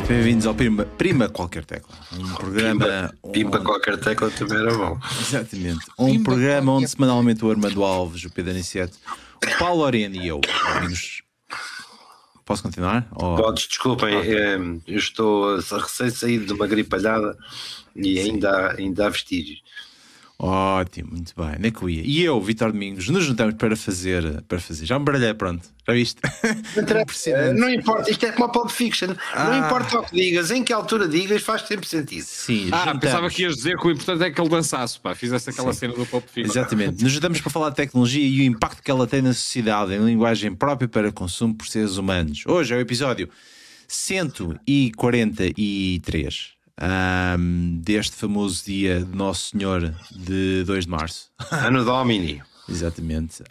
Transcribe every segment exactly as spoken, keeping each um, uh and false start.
muito bem-vindos ao Prima, Prima Qualquer Tecla. Um programa. Pimba onde... Qualquer Tecla também era bom. Exatamente. Um Pimba programa qualquer... onde semanalmente o Armando Alves, o Pedro Aniceto, o Paulo Oriane e eu, amigos. Posso continuar? Ou... Podes, desculpem, okay. é, eu estou recém-saído de uma gripalhada e ainda há, ainda há vestígios. Ótimo, muito bem, nem que eu ia. E eu, Vítor Domingos, nos juntamos para fazer, para fazer. Já me baralhei, pronto, já viste? Não, não importa, isto é como a Pulp Fiction. Ah. Não importa o que digas, em que altura digas, faz sempre sentido. Sim, ah, juntamos. Pensava que ias dizer que o importante é que ele dançasse, pá, fizesse aquela Sim. cena do Pulp Fiction. Exatamente, nos juntamos para falar de tecnologia e o impacto que ela tem na sociedade em linguagem própria para consumo por seres humanos. Hoje é o episódio cento e quarenta e três. Um, deste famoso dia de Nosso Senhor de dois de março. Ano Domini. Exatamente.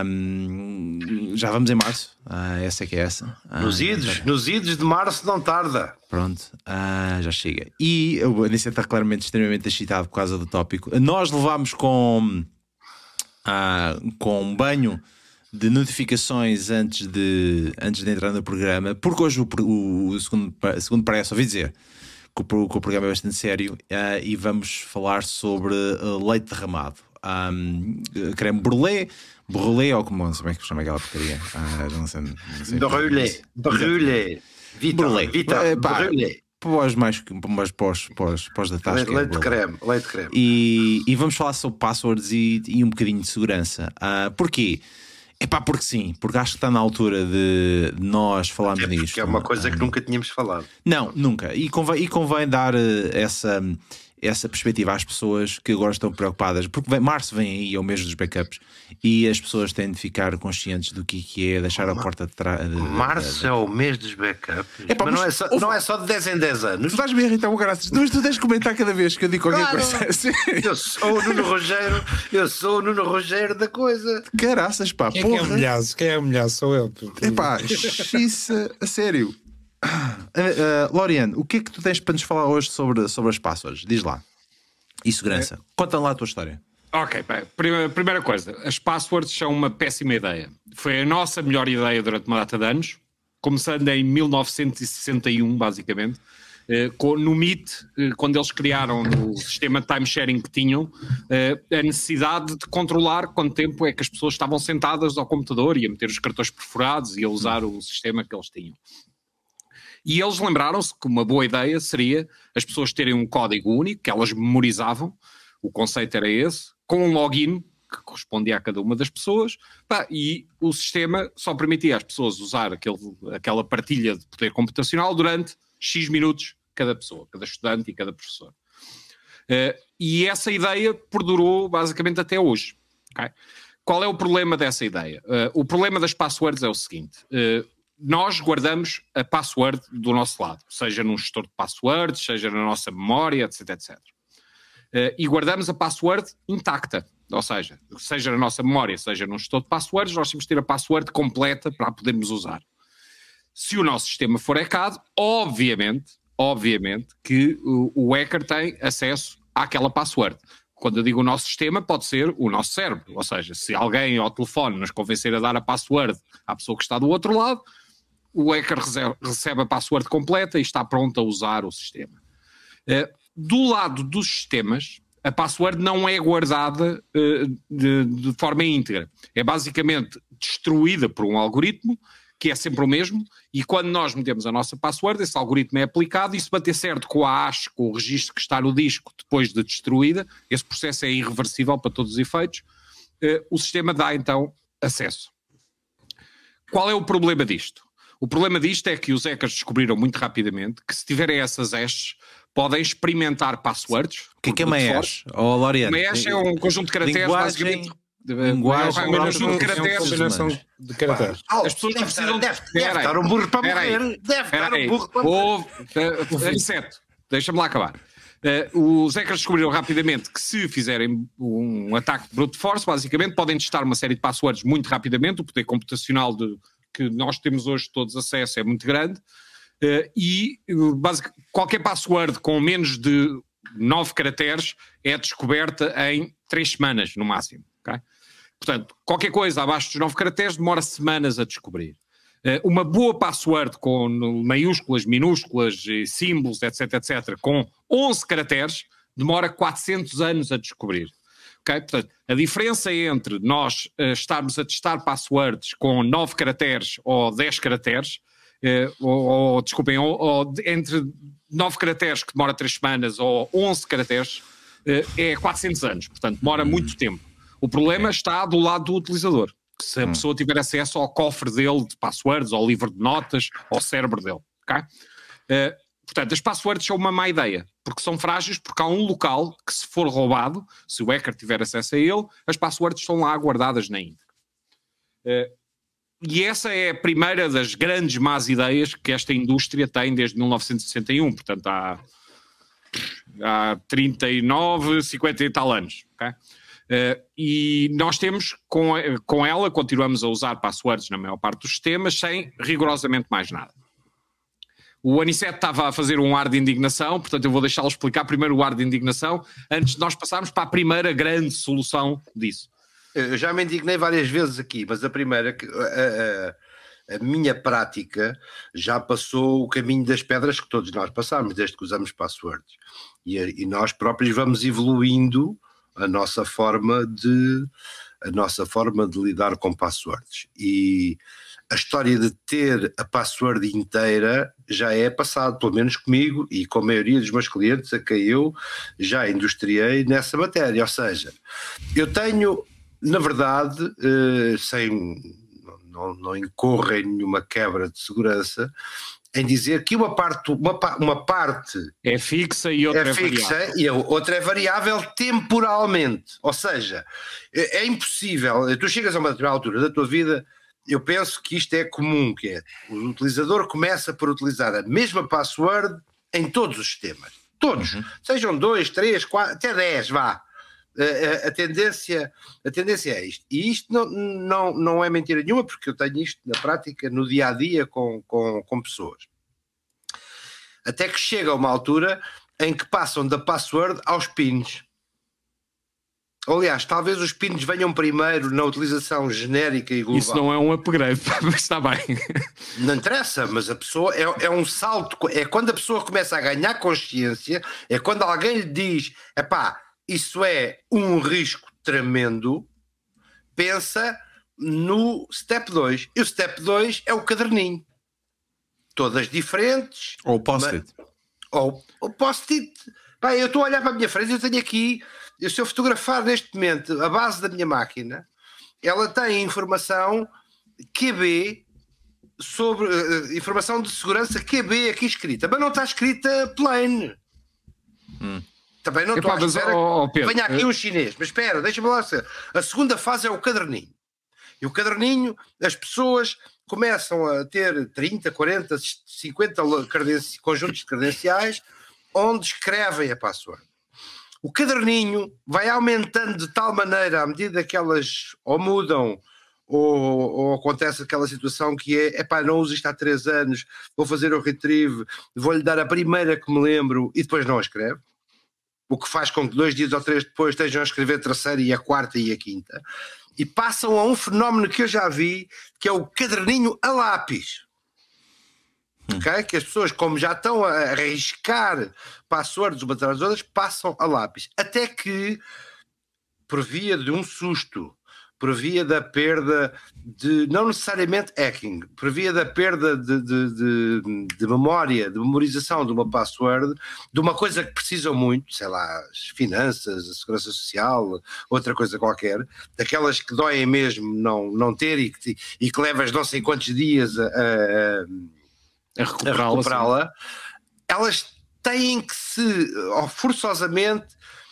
Um, já vamos em março. Uh, essa é que é essa. Uh, nos, idos, nos idos de março não tarda. Pronto, uh, já chega. E o Aniceto está claramente extremamente excitado por causa do tópico. Nós levámos com, uh, com um banho de notificações antes de, antes de entrar no programa, porque hoje o, o, o segundo, segundo parece, ouvi dizer que o, que o programa é bastante sério, uh, e vamos falar sobre uh, leite derramado. Um, creme brûlée, brûlée, ou como, não sei como é que se chama aquela porcaria. Uh, não sei, não sei brûlée, brûlée, brûlée, Vita, brûlée. Pós mais pós, pós, pós, pós da tasca. Leite de creme, leite de creme. E, e vamos falar sobre passwords e, e um bocadinho de segurança. Uh, porquê? É pá, porque sim, porque acho que está na altura de nós falarmos é nisto. É uma coisa que nunca tínhamos falado. Não, nunca. E convém, e convém dar essa, essa perspectiva às pessoas que agora estão preocupadas, porque vem, março vem aí, é o mês dos backups, e as pessoas têm de ficar conscientes do que, que é deixar a porta de trás. Março é o mês dos backups. É pá, mas, mas não, é só, não é só de dez em dez anos. Tu vais-me irritar o graças, mas tu tens de comentar cada vez que eu digo qualquer claro. coisa. Eu sou o Nuno Rogério, eu sou o Nuno Rogério da coisa. Caraças, pá, quem porra. É que é o milhaço? Quem é o milhaço? Sou eu. É pá, xissa, a sério. Uh, uh, Loriane, o que é que tu tens para nos falar hoje sobre, sobre as passwords? Diz lá. E segurança. É. Conta lá a tua história. Ok, bem, primeira, primeira coisa, as passwords são uma péssima ideia. Foi a nossa melhor ideia durante uma data de anos, começando em mil novecentos e sessenta e um, basicamente, eh, com, no Meet, eh, quando eles criaram no sistema de time-sharing que tinham, eh, a necessidade de controlar quanto tempo é que as pessoas estavam sentadas ao computador e a meter os cartões perfurados e a usar o sistema que eles tinham. E eles lembraram-se que uma boa ideia seria as pessoas terem um código único, que elas memorizavam, o conceito era esse, com um login que correspondia a cada uma das pessoas, pá, e o sistema só permitia às pessoas usar aquele, aquela partilha de poder computacional durante X minutos cada pessoa, cada estudante e cada professor. Uh, e essa ideia perdurou basicamente até hoje. Okay? Qual é o problema dessa ideia? Uh, o problema das passwords é o seguinte... Uh, nós guardamos a password do nosso lado, seja num gestor de passwords, seja na nossa memória, etc, etcétera. Uh, e guardamos a password intacta, ou seja, seja na nossa memória, seja num gestor de passwords, nós temos que ter a password completa para a podermos usar. Se o nosso sistema for hackado, obviamente, obviamente que o, o hacker tem acesso àquela password. Quando eu digo o nosso sistema, pode ser o nosso cérebro, ou seja, se alguém ao telefone nos convencer a dar a password à pessoa que está do outro lado, o hacker recebe a password completa e está pronto a usar o sistema. Uh, do lado dos sistemas, a password não é guardada uh, de, de forma íntegra. É basicamente destruída por um algoritmo, que é sempre o mesmo, e quando nós metemos a nossa password, esse algoritmo é aplicado, e se bater certo com a hash, com o registro que está no disco depois de destruída, esse processo é irreversível para todos os efeitos, uh, o sistema dá então acesso. Qual é o problema disto? O problema disto é que os hackers descobriram muito rapidamente que se tiverem essas hashes, podem experimentar passwords. O que é que é uma hash? Oh, Loriane, uma hash é um conjunto de caracteres, basicamente. Linguagem, é um conjunto de caracteres. Combinação de caracteres. As pessoas não precisam... Deve estar um burro para morrer. Deve estar um burro para morrer. Aniceto, deixa-me lá acabar. Uh, os hackers descobriram rapidamente que se fizerem um ataque de brute force, basicamente, podem testar uma série de passwords muito rapidamente. O poder computacional de... que nós temos hoje todos acesso é muito grande, uh, e basic, qualquer password com menos de nove caracteres é descoberta em três semanas no máximo. Okay? Portanto, qualquer coisa abaixo dos nove caracteres demora semanas a descobrir. Uma boa password com maiúsculas, minúsculas, símbolos, etc, etc, com onze caracteres, demora quatrocentos anos a descobrir. Okay? Portanto, a diferença entre nós uh, estarmos a testar passwords com nove caracteres ou dez caracteres, uh, ou, ou, desculpem, ou, ou entre nove caracteres que demora três semanas ou onze caracteres, uh, é quatrocentos anos. Portanto, demora hum. muito tempo. O problema está do lado do utilizador. Se a hum. pessoa tiver acesso ao cofre dele de passwords, ao livro de notas, ao cérebro dele. Okay? Uh, portanto, as passwords são uma má ideia, porque são frágeis, porque há um local que, se for roubado, se o hacker tiver acesso a ele, as passwords estão lá guardadas na íntegra. Uh, e essa é a primeira das grandes más ideias que esta indústria tem desde mil novecentos e sessenta e um, portanto há, há trinta e nove, cinquenta e tal anos. Okay? Uh, e nós temos, com, com ela, continuamos a usar passwords na maior parte dos sistemas, sem rigorosamente mais nada. O Aniceto estava a fazer um ar de indignação, portanto eu vou deixá-lo explicar primeiro o ar de indignação, antes de nós passarmos para a primeira grande solução disso. Eu já me indignei várias vezes aqui, mas a primeira, a, a, a minha prática já passou o caminho das pedras que todos nós passamos, desde que usamos passwords. E, e nós próprios vamos evoluindo a nossa forma de, a nossa forma de lidar com passwords. E a história de ter a password inteira já é passado, pelo menos comigo e com a maioria dos meus clientes a quem eu já industriei nessa matéria. Ou seja, eu tenho, na verdade, eh, sem, não, não incorro em nenhuma quebra de segurança, em dizer que uma parte, uma, uma parte é fixa e outra é, é fixa variável. E a outra é variável temporalmente. Ou seja, é, é impossível, tu chegas a uma determinada altura da tua vida. Eu penso que isto é comum, que é o utilizador começa por utilizar a mesma password em todos os sistemas. Todos. Uhum. Sejam dois, três, quatro, até dez, vá. A, a, a, tendência, a tendência é isto. E isto não, não, não é mentira nenhuma, porque eu tenho isto na prática, no dia-a-dia com, com, com pessoas. Até que chega a uma altura em que passam da password aos pins. Aliás, talvez os pins venham primeiro na utilização genérica e global. Isso não é um upgrade, mas está bem. Não interessa, mas a pessoa é, é um salto, é quando a pessoa começa a ganhar consciência, é quando alguém lhe diz, epá, isso é um risco tremendo, pensa no step dois. E o step dois é o caderninho. Todas diferentes. Ou o post-it. Ou o post-it. Pá, eu estou a olhar para a minha frente, eu tenho aqui... Eu, se eu fotografar neste momento a base da minha máquina, ela tem informação Q B sobre uh, informação de segurança Q B aqui escrita, mas não está escrita plain. Hum. Também não estou a espera oh, que venha aqui um chinês, mas espera, deixa-me lá ser. A segunda fase é o caderninho. E o caderninho, as pessoas começam a ter trinta, quarenta, cinquenta credenci- conjuntos de credenciais onde escrevem a password. O caderninho vai aumentando de tal maneira à medida que elas ou mudam ou, ou acontece aquela situação que é, epá, não uso isto há três anos, vou fazer o retrieve, vou-lhe dar a primeira que me lembro e depois não a escreve, o que faz com que dois dias ou três depois estejam a escrever a terceira e a quarta e a quinta, e passam a um fenómeno que eu já vi, que é o caderninho a lápis. Okay? Que as pessoas, como já estão a arriscar passwords umas atrás das outras, passam a lápis. Até que, por via de um susto, por via da perda de, não necessariamente hacking, por via da perda de, de, de, de memória, de memorização de uma password, de uma coisa que precisam muito, sei lá, as finanças, a segurança social, outra coisa qualquer, daquelas que doem mesmo não, não ter e que, e que levas não sei quantos dias a... a a recuperá-la, a recuperá-la, elas têm que se, ou forçosamente,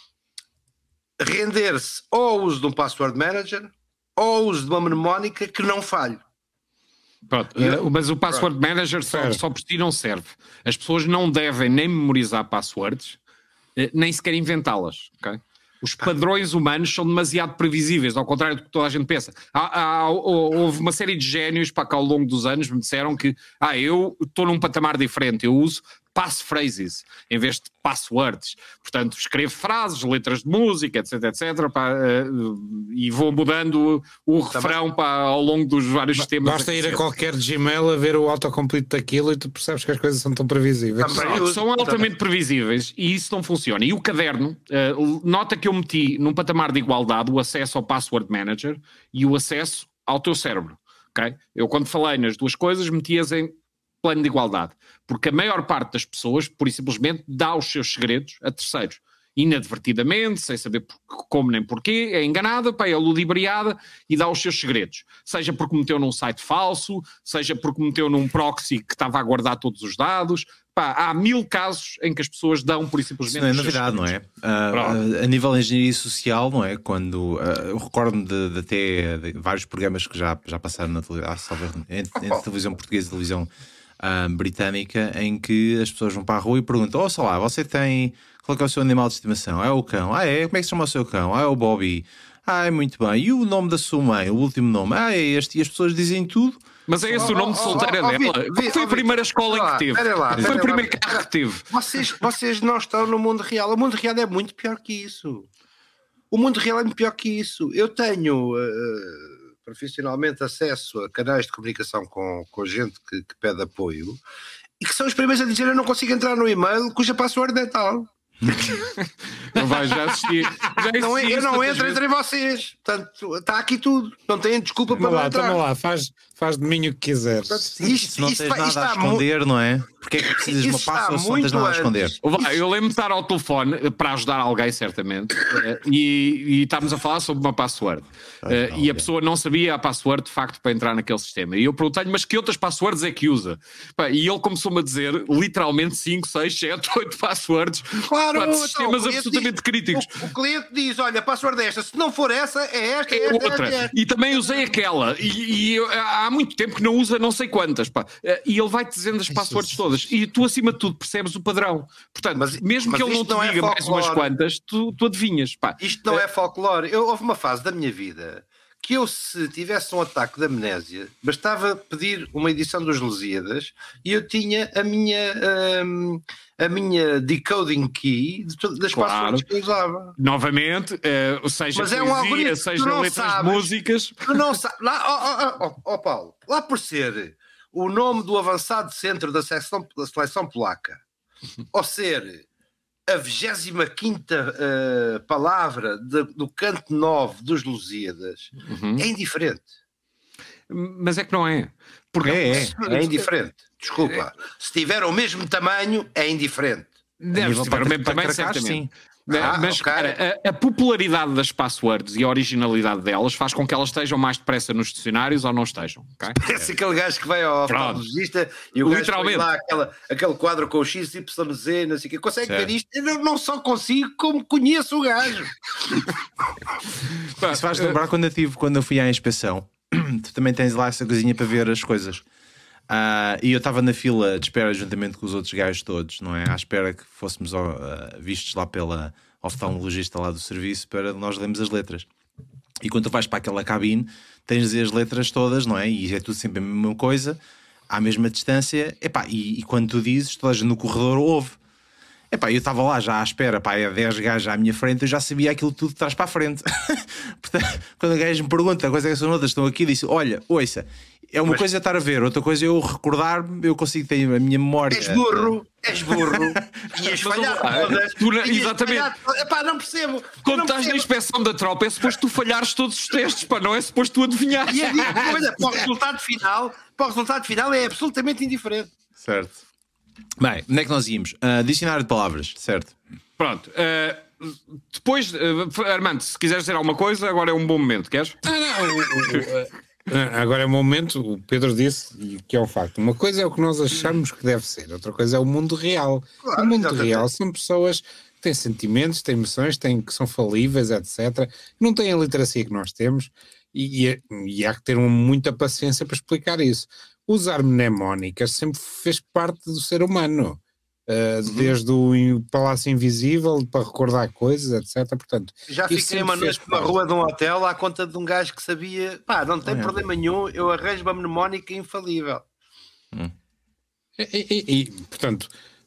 render-se ou ao uso de um password manager ou ao uso de uma mnemónica que não falhe. Pronto, eu, mas o password pronto. manager só, só por si não serve. As pessoas não devem nem memorizar passwords, nem sequer inventá-las, ok? Os padrões humanos são demasiado previsíveis, ao contrário do que toda a gente pensa. Há, há, houve uma série de génios para cá ao longo dos anos me disseram que ah, eu estou num patamar diferente, eu uso passphrases em vez de passwords. Portanto, escrevo frases, letras de música, etc, etc, pá, uh, e vou mudando o refrão pá, ao longo dos vários sistemas. Basta ir a qualquer Gmail a ver o autocomplete daquilo e tu percebes que as coisas são tão previsíveis. São, são altamente previsíveis e isso não funciona. E o caderno, uh, nota que eu meti num patamar de igualdade o acesso ao Password Manager e o acesso ao teu cérebro. Okay? Eu quando falei nas duas coisas meti-as em plano de igualdade, porque a maior parte das pessoas, por simplesmente, dá os seus segredos a terceiros, inadvertidamente, sem saber como nem porquê, é enganada, pá, é ludibriada e dá os seus segredos, seja porque meteu num site falso, seja porque meteu num proxy que estava a guardar todos os dados. Pá, há mil casos em que as pessoas dão por simplesmente. Isso não é novidade, não é? Uh, a nível de engenharia social, não é? Quando uh, eu recordo-me de, de até de vários programas que já, já passaram na televisão, entre, entre televisão portuguesa e televisão uh, britânica, em que as pessoas vão para a rua e perguntam: oh, sei lá, você tem. Qual é, é o seu animal de estimação? Ah, é o cão. Ah, é? Como é que se chama o seu cão? Ah, é o Bobby. Ah, é muito bem. E o nome da sua mãe? O último nome? Ah, é este. E as pessoas dizem tudo. Mas é esse oh, o nome oh, de solteira oh, oh, dela? Oh, Qual foi a primeira escola em que teve? Lá, foi o primeiro lá. carro que teve? Vocês, vocês não estão no mundo real. O mundo real é muito pior que isso. O mundo real é muito pior que isso. Eu tenho uh, profissionalmente acesso a canais de comunicação com, com gente que, que pede apoio e que são os primeiros a dizer: eu não consigo entrar no e-mail cuja password é tal. Não vai, já assisti. Já não, eu não entro entre vocês. Portanto, está aqui tudo. Não têm desculpa para lá, não entrar. Toma lá, faz, faz de mim o que quiseres. Portanto, isto, se não isto, tens isto, nada isto a esconder, mu- não é? Porque é que precisas de uma password se não tens nada a esconder? Eu lembro de estar ao telefone para ajudar alguém, certamente, e, e estávamos a falar sobre uma password. Ah, não, e a pessoa não sabia a password de facto para entrar naquele sistema. E eu perguntei-lhe: mas que outras passwords é que usa? E ele começou-me a dizer literalmente cinco, seis, sete, oito passwords. Claro, Pá, de sistemas então, absolutamente diz, críticos. O, o cliente diz: olha, a password é esta, se não for essa, é esta, é, é esta, outra. É esta. E também usei aquela. E, e eu, há muito tempo que não usa não sei quantas. Pá. E ele vai-te dizendo as passwords todas. E tu, acima de tudo, percebes o padrão. Portanto, mas, mesmo mas que ele não te não diga é mais umas quantas, tu, tu adivinhas. Pá. Isto não é, é folclore. Eu, houve uma fase da minha vida que eu, se tivesse um ataque de amnésia, bastava pedir uma edição dos Lusíadas e eu tinha a minha, um, a minha decoding key de todas das claro. passwords que eu usava. Novamente, uh, seja mas é poesia, um algoritmo, seja letras sabes, de músicas. Tu não sabes. Lá, ó oh, oh, oh, oh, Paulo, lá por ser o nome do avançado centro da seleção, da seleção polaca, ou ser a vigésima quinta uh, palavra de, do canto nove dos Lusíadas, uhum. é indiferente. Mas é que não é. Porque é, é, é indiferente. Desculpa. É. Se tiver o mesmo tamanho, é indiferente. Deve tiver o mesmo tamanho, certamente. Ah, mas okay. cara, a, a popularidade das passwords e a originalidade delas faz com que elas estejam mais depressa nos dicionários ou não estejam. Okay? Parece aquele gajo que vai ao oftalmologista e o gajo põe lá aquela, aquele quadro com o X Y Z, não sei o que. Consegue certo. ver isto? Eu não só consigo, como conheço o gajo. Isso faz lembrar quando eu, tive, quando eu fui à inspeção. Tu também tens lá essa coisinha para ver as coisas. Uh, e eu estava na fila de espera juntamente com os outros gajos todos, não é? À espera que fôssemos uh, vistos lá pela oftalmologista lá do serviço para nós lermos as letras. E quando tu vais para aquela cabine, tens de dizer as letras todas, não é? E é tudo sempre a mesma coisa, à mesma distância. Epá, e, e quando tu dizes, toda a gente no corredor ouve. Epá, eu estava lá já à espera, pá, é dez gajos à minha frente, eu já sabia aquilo tudo de trás para a frente. Portanto, quando o gajo me pergunta quais é que são outras, estão aqui, disse: olha, ouça, é uma Mas... coisa estar a ver, outra coisa é eu recordar, eu consigo ter a minha memória. És burro, és burro. Ias falhar todas. Tu, exatamente. Falhar, epá, não percebo. Quando não estás percebo. na inspeção da tropa, é suposto tu falhares todos os testes, pá, não é suposto tu adivinhares. E a dica, olha, para o resultado final, para o resultado final é absolutamente indiferente. Certo. Bem, onde é que nós íamos? Uh, dicionário de palavras, certo? Pronto. Uh, depois, uh, Armando, se quiseres dizer alguma coisa, agora é um bom momento, queres? Ah, não, o, o, agora é um momento, o Pedro disse, que é um facto. Uma coisa é o que nós achamos que deve ser, outra coisa é o mundo real. Claro, o mundo exatamente. real são pessoas que têm sentimentos, têm emoções, têm, que são falíveis, etcétera. Não têm a literacia que nós temos e, e, e há que ter uma, muita paciência para explicar isso. Usar mnemónicas sempre fez parte do ser humano, uh, uhum. desde o Palácio Invisível para recordar coisas, etcétera. Portanto, já fiquei uma noite na rua de um hotel à conta de um gajo que sabia, pá, não tem ah, problema é. nenhum, eu arranjo uma mnemónica infalível. Hum. E, e, e, portanto,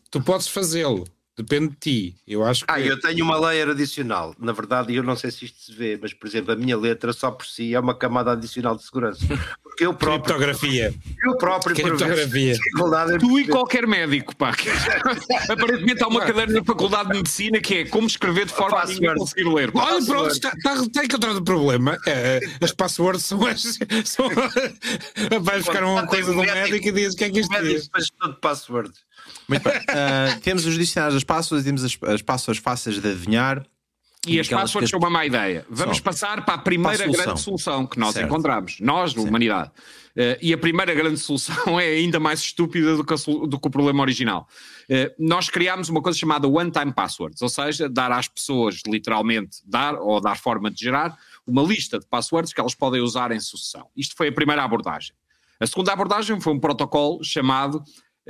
Tu podes fazê-lo. Depende de ti. Eu acho que... Ah, eu tenho uma layer adicional. Na verdade, eu não sei se isto se vê, mas, por exemplo, a minha letra só por si é uma camada adicional de segurança. Porque eu próprio... Criptografia. Eu próprio... Criptografia. Tu e qualquer médico, pá. Aparentemente há uma cadeira na Faculdade de Medicina que é como escrever de forma a ninguém conseguir ler. Olha, pronto, está, está, está encontrado o problema. É, as passwords são as... São... Vais buscar uma coisa do médico e dizes o que é que isto é. Mas todo password. Muito bem. Uh, temos os dicionários das passwords, temos as, as passwords fáceis de adivinhar. E as passwords são uma má ideia. Vamos são. passar para a primeira para a grande solução que nós certo. encontramos, nós, na humanidade. Uh, e a primeira grande solução é ainda mais estúpida do que, a, do que o problema original. Uh, nós criámos uma coisa chamada one-time passwords, ou seja, dar às pessoas, literalmente, dar ou dar forma de gerar uma lista de passwords que elas podem usar em sucessão. Isto foi a primeira abordagem. A segunda abordagem foi um protocolo chamado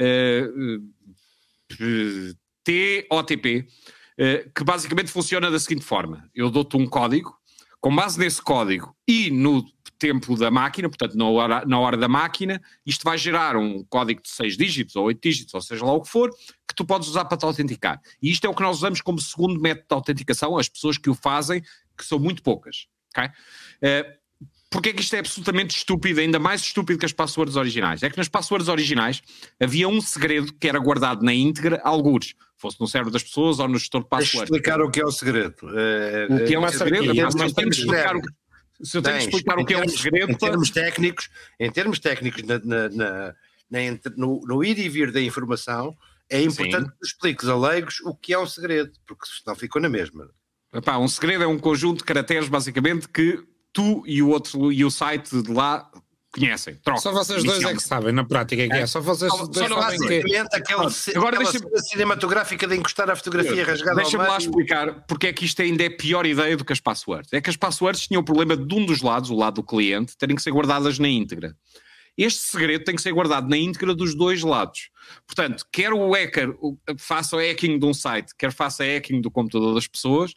uh, uh, T O T P, uh, que basicamente funciona da seguinte forma. Eu dou-te um código, com base nesse código e no tempo da máquina, portanto na hora, na hora da máquina, isto vai gerar um código de seis dígitos ou oito dígitos, ou seja lá o que for, que tu podes usar para te autenticar. E isto é o que nós usamos como segundo método de autenticação, as pessoas que o fazem, que são muito poucas. Okay? Uh, Porque é que isto é absolutamente estúpido, ainda mais estúpido que as passwords originais? É que nas passwords originais havia um segredo que era guardado na íntegra, algures, fosse no cérebro das pessoas ou no gestor de passwords. Deixa explicar o que é o segredo. Uh, o que é um segredo? É, mas tenho que explicar o que... Se eu tenho que explicar o que é um segredo... Em termos técnicos, em termos técnicos na, na, na, na, no, no ir e vir da informação, é importante Sim. que tu expliques a leigos o que é um segredo, porque senão ficou na mesma. Epá, um segredo é um conjunto de caracteres, basicamente, que tu e o outro e o site de lá conhecem. Troca. Só vocês dois é que sabem, na prática é que é. Só vocês só, dois só sabem que... aquela, Agora aquela deixa cinematográfica de encostar a fotografia rasgada ao Deixa-me lá explicar porque é que isto ainda é pior ideia do que as passwords. É que as passwords tinham o problema de um dos lados, o lado do cliente, terem que ser guardadas na íntegra. Este segredo tem que ser guardado na íntegra dos dois lados. Portanto, quer o hacker faça o hacking de um site, quer faça hacking do computador das pessoas...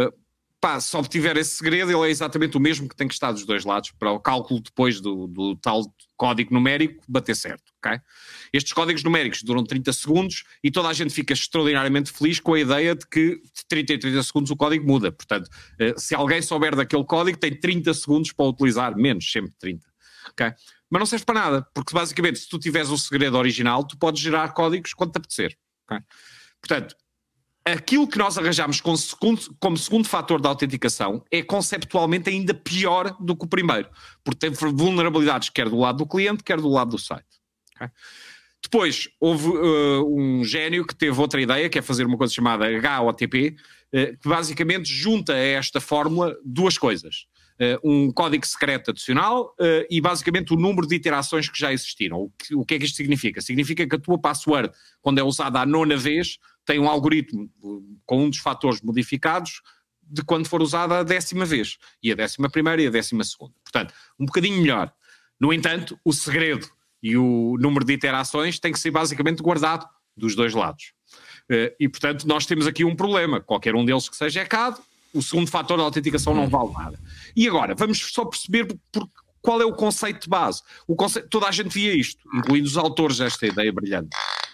Pá, se obtiver esse segredo, ele é exatamente o mesmo que tem que estar dos dois lados para o cálculo depois do, do tal código numérico bater certo, ok? Estes códigos numéricos duram trinta segundos e toda a gente fica extraordinariamente feliz com a ideia de que de trinta em trinta segundos o código muda. Portanto, se alguém souber daquele código, tem trinta segundos para utilizar, menos, sempre trinta, ok? Mas não serve para nada, porque basicamente se tu tiveres o segredo original, tu podes gerar códigos quando te apetecer, ok? Portanto, aquilo que nós arranjamos como segundo, como segundo fator de autenticação é conceptualmente ainda pior do que o primeiro, porque tem vulnerabilidades quer do lado do cliente, quer do lado do site. Okay? Depois, houve uh, um gênio que teve outra ideia, que é fazer uma coisa chamada H O T P, uh, que basicamente junta a esta fórmula duas coisas. Uh, um código secreto adicional uh, e basicamente o número de iterações que já existiram. O que, o que é que isto significa? Significa que a tua password, quando é usada a nona vez, tem um algoritmo com um dos fatores modificados de quando for usada a décima vez. E a décima primeira e a décima segunda. Portanto, um bocadinho melhor. No entanto, o segredo e o número de iterações tem que ser basicamente guardado dos dois lados. Uh, e, portanto, nós temos aqui um problema. Qualquer um deles que seja hackado, o segundo fator da autenticação não vale nada. E agora, vamos só perceber por, qual é o conceito de base. O conceito, toda a gente via isto, incluindo os autores desta ideia brilhante.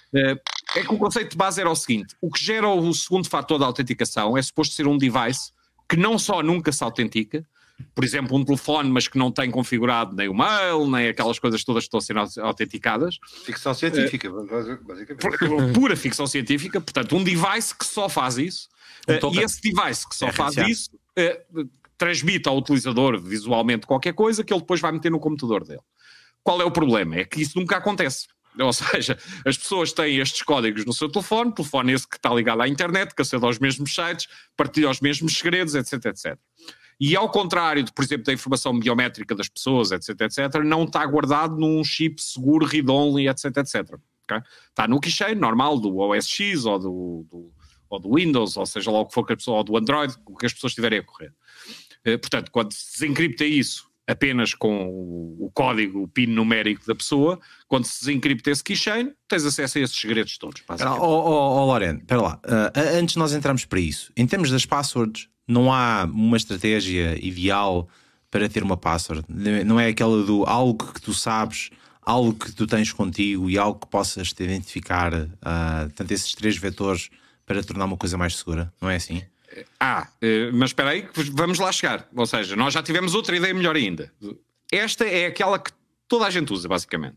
É que o conceito de base era o seguinte: o que gera o segundo fator da autenticação é suposto ser um device que não só nunca se autentica, por exemplo, um telefone, mas que não tem configurado nem o mail, nem aquelas coisas todas que estão a ser autenticadas. Ficção científica, basicamente. Pura ficção científica, portanto, um device que só faz isso. Um e esse device que só é faz isso uh, transmite ao utilizador visualmente qualquer coisa que ele depois vai meter no computador dele. Qual é o problema? É que isso nunca acontece. Ou seja, as pessoas têm estes códigos no seu telefone, telefone esse que está ligado à internet, que acede aos mesmos sites, partilha os mesmos segredos, etc, etcétera. E ao contrário, de, por exemplo, da informação biométrica das pessoas, etc, etcétera, não está guardado num chip seguro, read-only, etc, etcétera. Okay? Está no keychain normal do O S X ou do... do ou do Windows, ou seja lá o que for que a pessoa, ou do Android, o que as pessoas estiverem a correr. Uh, portanto, quando se desencripta isso apenas com o, o código, o PIN numérico da pessoa, quando se desencripta esse keychain, tens acesso a esses segredos todos. Ó oh, oh, oh, Lorena, espera lá. Uh, antes de nós entrarmos para isso, em termos das passwords, não há uma estratégia ideal para ter uma password? Não é aquela do algo que tu sabes, algo que tu tens contigo e algo que possas te identificar, uh, tanto esses três vetores para tornar uma coisa mais segura, não é assim? Ah, mas espera aí, vamos lá chegar. Ou seja, nós já tivemos outra ideia melhor ainda. Esta é aquela que toda a gente usa, basicamente.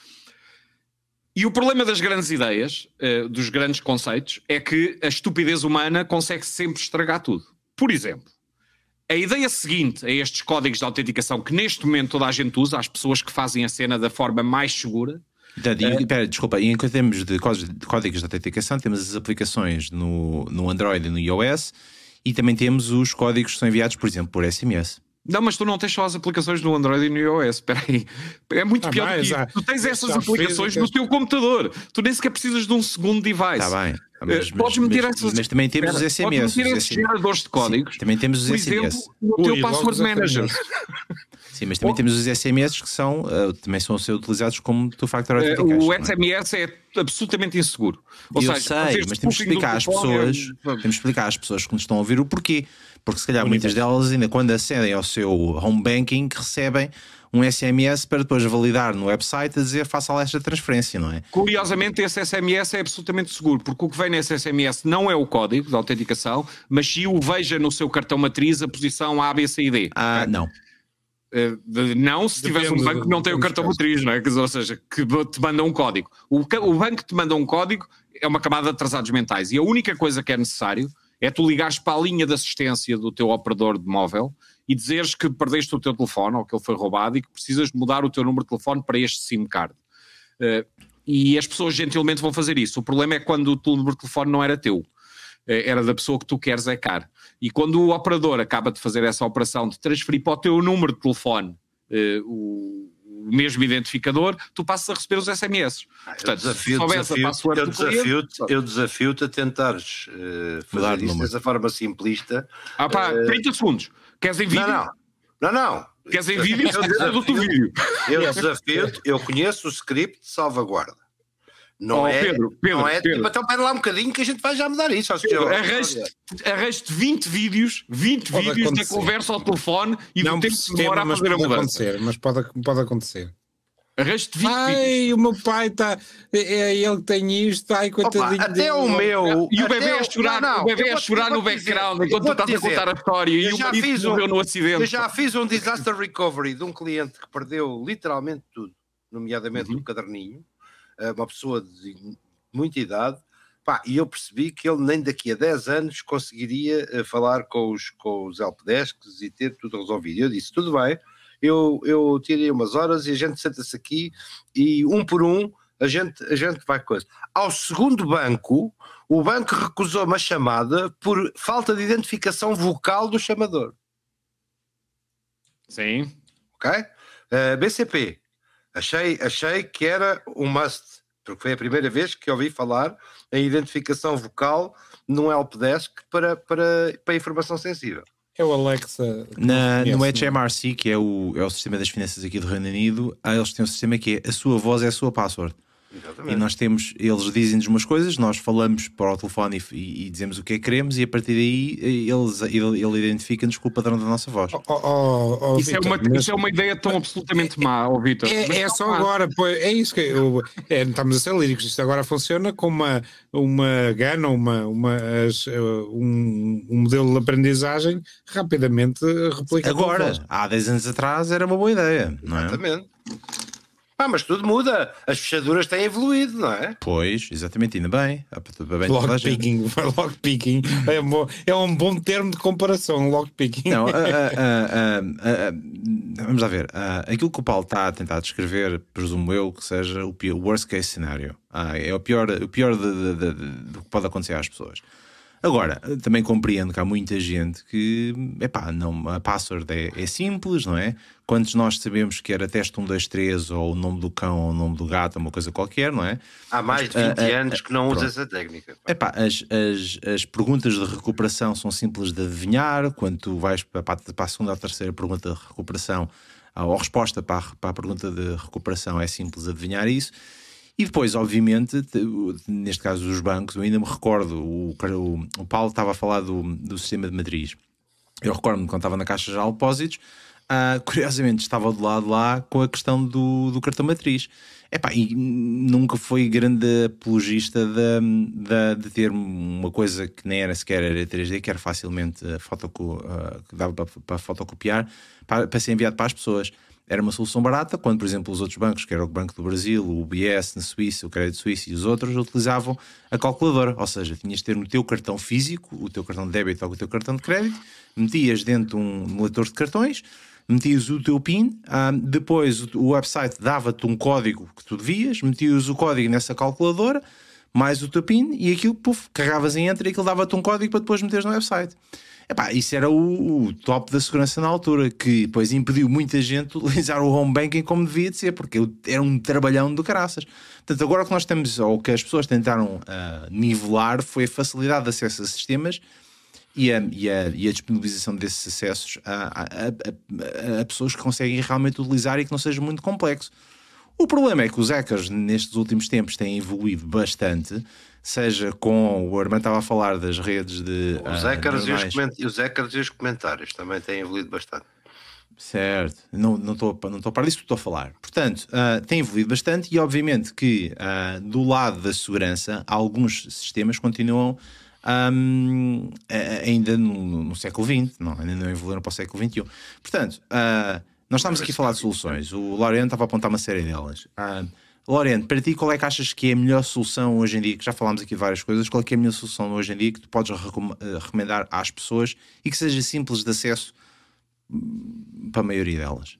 E o problema das grandes ideias, dos grandes conceitos, é que a estupidez humana consegue sempre estragar tudo. Por exemplo, a ideia seguinte a estes códigos de autenticação que neste momento toda a gente usa, as pessoas que fazem a cena da forma mais segura. Então, e, pera, desculpa, e em termos de códigos, de códigos de autenticação, temos as aplicações no, no Android e no iOS e também temos os códigos que são enviados, por exemplo, por S M S. Não, mas tu não tens só as aplicações no Android e no iOS. Espera aí. É muito ah, pior do que isso. Tu tens essas aplicações no teu computador. Tu nem sequer precisas de um segundo device. Está bem. Mas, Podes meter mas, essas... mas também temos os S M S. Podes meter esses geradores de códigos. Sim, também temos os por S M S. exemplo, no teu Ui, Password Manager. Sim, mas também oh. temos os S M S que são, uh, também são a ser utilizados como two-factor authentication. O S M S é? é absolutamente inseguro. Ou Eu seja, sei, mas temos que explicar às pessoas, é... temos que explicar às pessoas que nos estão a ouvir o porquê. Porque se calhar muitas delas ainda quando acedem ao seu home banking recebem um S M S para depois validar no website a dizer faça lá esta transferência, não é? Curiosamente esse S M S é absolutamente seguro, porque o que vem nesse S M S não é o código de autenticação, mas se o veja no seu cartão matriz a posição A, B, C e D. Ah, não. Uh, não, se tiveres um banco que não tem o cartão matriz, não é? Ou seja, que te manda um código. O, o banco que te manda um código é uma camada de atrasados mentais e a única coisa que é necessário é tu ligares para a linha de assistência do teu operador de móvel e dizeres que perdeste o teu telefone ou que ele foi roubado e que precisas de mudar o teu número de telefone para este SIM card. Uh, e as pessoas gentilmente vão fazer isso. O problema é quando o teu número de telefone não era teu. Uh, era da pessoa que tu queres é caro. E quando o operador acaba de fazer essa operação de transferir para o teu número de telefone uh, o, o mesmo identificador, tu passas a receber os S M S. Ah, Portanto, eu desafio, desafio, eu, desafio-te, eu desafio-te a tentares uh, fazer isso dessa forma simplista. Ah pá, uh, trinta segundos. Queres em vídeo? Não, não. Não, não. Queres em vídeo? Eu desafio, do vídeo. Eu desafio-te, eu conheço o script de salvaguarda. Não oh, é, Pedro, Pedro, não é Pedro. Tipo, então pera lá um bocadinho que a gente vai já mudar isso. Arraste vinte vídeos, vinte pode vídeos acontecer. da conversa ao telefone e não do tempo que demora a fazer a mudança. Mas pode, pode acontecer. Arraste vinte ai, vídeos. O meu pai está. É ele que tem isto. Ai, coitadinho. Opa, até o meu. E o bebê a chorar, não, não, o bebê a chorar no background enquanto tu estás a contar a história e o marido morreu no acidente. Eu já fiz um disaster recovery de um cliente que perdeu literalmente tudo, nomeadamente uhum. um caderninho, uma pessoa de muita idade, pá, e eu percebi que ele nem daqui a dez anos conseguiria uh, falar com os, com os helpdesks e ter tudo resolvido. Eu disse, tudo bem, eu, eu tirei umas horas e a gente senta-se aqui e um por um a gente, a gente vai coisa. Ao segundo banco, o banco recusou uma chamada por falta de identificação vocal do chamador. Sim. Ok? Uh, B C P, achei, achei que era um must. Porque foi a primeira vez que ouvi falar em identificação vocal num helpdesk para, para, para informação sensível. É o Alexa. Na, no H M R C, que é o, é o sistema das finanças aqui do Reino Unido, eles têm um sistema que é a sua voz é a sua password. Exatamente. E nós temos, eles dizem-nos umas coisas, nós falamos para o telefone e, e dizemos o que é que queremos e a partir daí eles, ele, ele identifica-nos com o padrão da nossa voz. Oh, oh, oh, isso, Victor, é uma, mas... isso é uma ideia tão absolutamente má, oh, Vitor. É, é só agora, pois, é isso que eu, é, estamos a ser líricos. Isto agora funciona com uma, uma gana, uma, uma, um, um modelo de aprendizagem rapidamente replicado. Agora, há dez anos atrás era uma boa ideia, não é? Exatamente. Ah, mas tudo muda. As fechaduras têm evoluído, não é? Pois, exatamente, ainda bem. Lockpicking, lockpicking é, um é um bom termo de comparação, lockpicking. Não, uh, uh, uh, uh, uh, vamos lá ver. Uh, aquilo que o Paulo está a tentar descrever, presumo eu, que seja o, pior, o worst case scenario. Uh, é o pior, o pior de, de, de, de, do que pode acontecer às pessoas. Agora, também compreendo que há muita gente que, epá, não, a password é, é simples, não é? Quantos nós sabemos que era teste um, dois, três, ou o nome do cão, ou o nome do gato, uma coisa qualquer, não é? Há mais de vinte uh, uh, anos que não usa essa técnica. Epá, as, as, as perguntas de recuperação são simples de adivinhar. Quando tu vais para, para a segunda ou terceira pergunta de recuperação, ou resposta para a, para a pergunta de recuperação, é simples adivinhar isso. E depois, obviamente, neste caso dos bancos, eu ainda me recordo, o, o, o Paulo estava a falar do, do sistema de matriz. Eu recordo-me quando estava na Caixa Geral de Depósitos, uh, curiosamente estava do lado lá com a questão do, do cartão matriz. Epá, e nunca foi grande apologista de, de, de ter uma coisa que nem era sequer era três D, que era facilmente fotoco, uh, que dava para, para fotocopiar, para, para ser enviado para as pessoas. Era uma solução barata, quando, por exemplo, os outros bancos, que era o Banco do Brasil, o U B S na Suíça, o Crédito Suíço e os outros, utilizavam a calculadora. Ou seja, tinhas de ter no teu cartão físico, o teu cartão de débito ou o teu cartão de crédito, metias dentro de um leitor de cartões, metias o teu PIN, ah, depois o, o website dava-te um código que tu devias, metias o código nessa calculadora, mais o teu PIN, e aquilo, puf, carregavas em enter e aquilo dava-te um código para depois meteres no website. Epá, isso era o, o top da segurança na altura, que depois impediu muita gente de utilizar o home banking como devia de ser, porque era um trabalhão do caraças. Portanto, agora o que nós temos, ou que as pessoas tentaram uh, nivelar, foi a facilidade de acesso a sistemas e a, e a, e a disponibilização desses acessos a, a, a, a pessoas que conseguem realmente utilizar e que não seja muito complexo. O problema é que os hackers nestes últimos tempos têm evoluído bastante, seja com, o Armando estava a falar das redes de... Os uh, hackers, e os, normais. os hackers e os comentários também têm evoluído bastante. Certo, não não estou não estou a parar disso que estou a falar. Portanto, uh, tem evoluído bastante e obviamente que uh, do lado da segurança alguns sistemas continuam um, ainda no, no século vinte, não, ainda não evoluíram para o século vinte e um. Portanto, uh, nós estamos aqui a falar de soluções. O Laureano estava a apontar uma série delas. Uh, Laureano, para ti qual é que achas que é a melhor solução hoje em dia, que já falámos aqui de várias coisas, qual é que é a melhor solução hoje em dia que tu podes recomendar às pessoas e que seja simples de acesso para a maioria delas?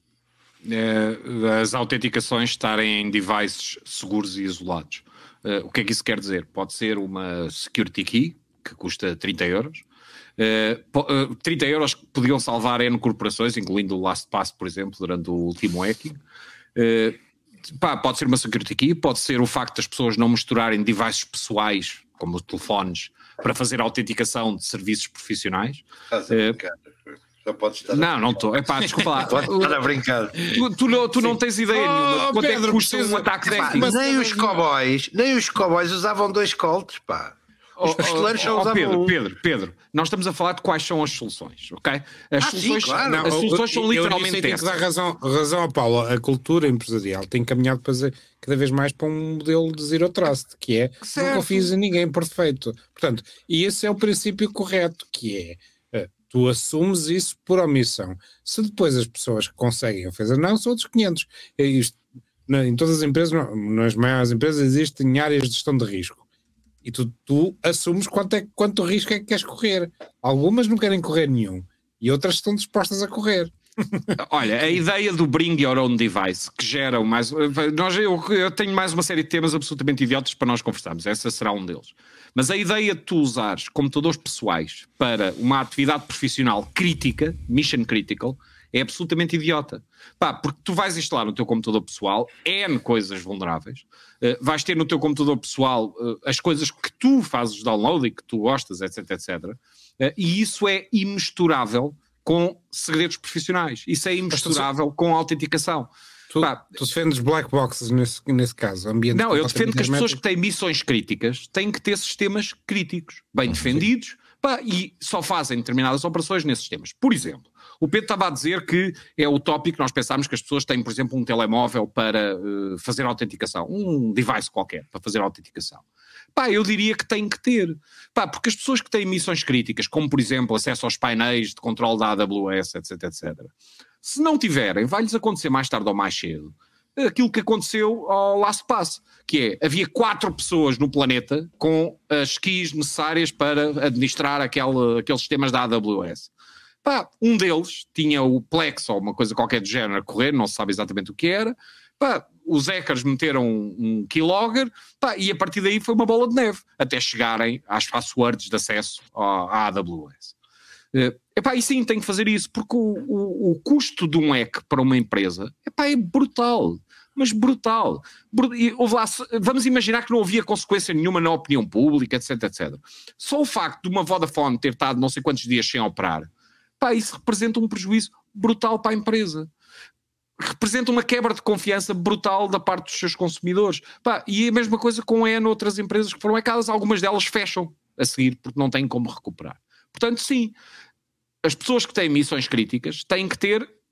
As autenticações estarem em devices seguros e isolados. Uh, o que é que isso quer dizer? Pode ser uma security key, que custa trinta euros. Uh, uh, trinta euros que podiam salvar N corporações, incluindo o LastPass, por exemplo, durante o último hacking. Uh, pá, pode ser uma security key, pode ser o facto das pessoas não misturarem devices pessoais, como os telefones, para fazer a autenticação de serviços profissionais. Estás a brincar. Já podes estar Não, não estou. Epá, desculpa lá. Podes estar a brincar. Tu, tu, não, tu não tens ideia Oh, nenhuma. Quanto Pedro, é que custa precisa- um ataque de Pá, hacking? Mas- nem os cowboys, nem os cowboys usavam dois colts, pá. Os Oh, pistoleiros só oh, usavam Pedro, um. Pedro, Pedro, nós estamos a falar de quais são as soluções, ok? As Ah, sim, soluções, claro. não, as soluções são eu- eu literalmente nisso aí tenho que essas. dar razão, razão ao Paulo. A cultura empresarial tem caminhado para ser cada vez mais para um modelo de zero trust, que é Certo. não confies em ninguém por defeito. Portanto, e esse é o princípio correto, que é eh, tu assumes isso por omissão. Se depois as pessoas que conseguem a fazer não, são outros quinhentos. É isto. Na- Em todas as empresas, não, nas maiores empresas, existem áreas de gestão de risco. E tu, tu assumes quanto, é, quanto risco é que queres correr. Algumas não querem correr nenhum. E outras estão dispostas a correr. Olha, a ideia do bring your own device, que gera mais... Nós, eu, eu tenho mais uma série de temas absolutamente idiotas para nós conversarmos. Essa será um deles. Mas a ideia de tu usares computadores pessoais para uma atividade profissional crítica, mission critical, é absolutamente idiota. Pá, porque tu vais instalar no teu computador pessoal N coisas vulneráveis, uh, vais ter no teu computador pessoal uh, as coisas que tu fazes download e que tu gostas, etc, etcétera. Uh, e isso é imesturável com segredos profissionais. Isso é imesturável com autenticação. Tu, Pá, tu defendes black boxes nesse, nesse caso. Ambiente não, eu defendo que as pessoas que completamente têm missões críticas têm que ter sistemas críticos, bem defendidos, pá, e só fazem determinadas operações nesses sistemas. Por exemplo, o Pedro estava a dizer que é utópico nós pensarmos que as pessoas têm, por exemplo, um telemóvel para uh, fazer autenticação, um device qualquer para fazer autenticação. Pá, eu diria que tem que ter. Pá, porque as pessoas que têm missões críticas, como por exemplo acesso aos painéis de controle da A W S, etc, etcétera, se não tiverem, vai-lhes acontecer mais tarde ou mais cedo aquilo que aconteceu ao LastPass, que é, havia quatro pessoas no planeta com as keys necessárias para administrar aquele, aqueles sistemas da A W S. Pá, um deles tinha o Plex ou uma coisa qualquer do género a correr, não se sabe exatamente o que era. Pá, os hackers meteram um, um keylogger, pá, e a partir daí foi uma bola de neve, até chegarem às passwords de acesso à A W S. Uh, epá, e sim, tem que fazer isso, porque o, o, o custo de um hack para uma empresa epá, é brutal, mas brutal. Bru- e, houve lá, vamos imaginar que não havia consequência nenhuma na opinião pública, etc, etcétera. Só o facto de uma Vodafone ter estado não sei quantos dias sem operar, epá, isso representa um prejuízo brutal para a empresa. Representa uma quebra de confiança brutal da parte dos seus consumidores. Pá, e a mesma coisa com N outras empresas que foram hackadas, algumas delas fecham a seguir porque não têm como recuperar. Portanto, sim, as pessoas que têm missões críticas têm que ter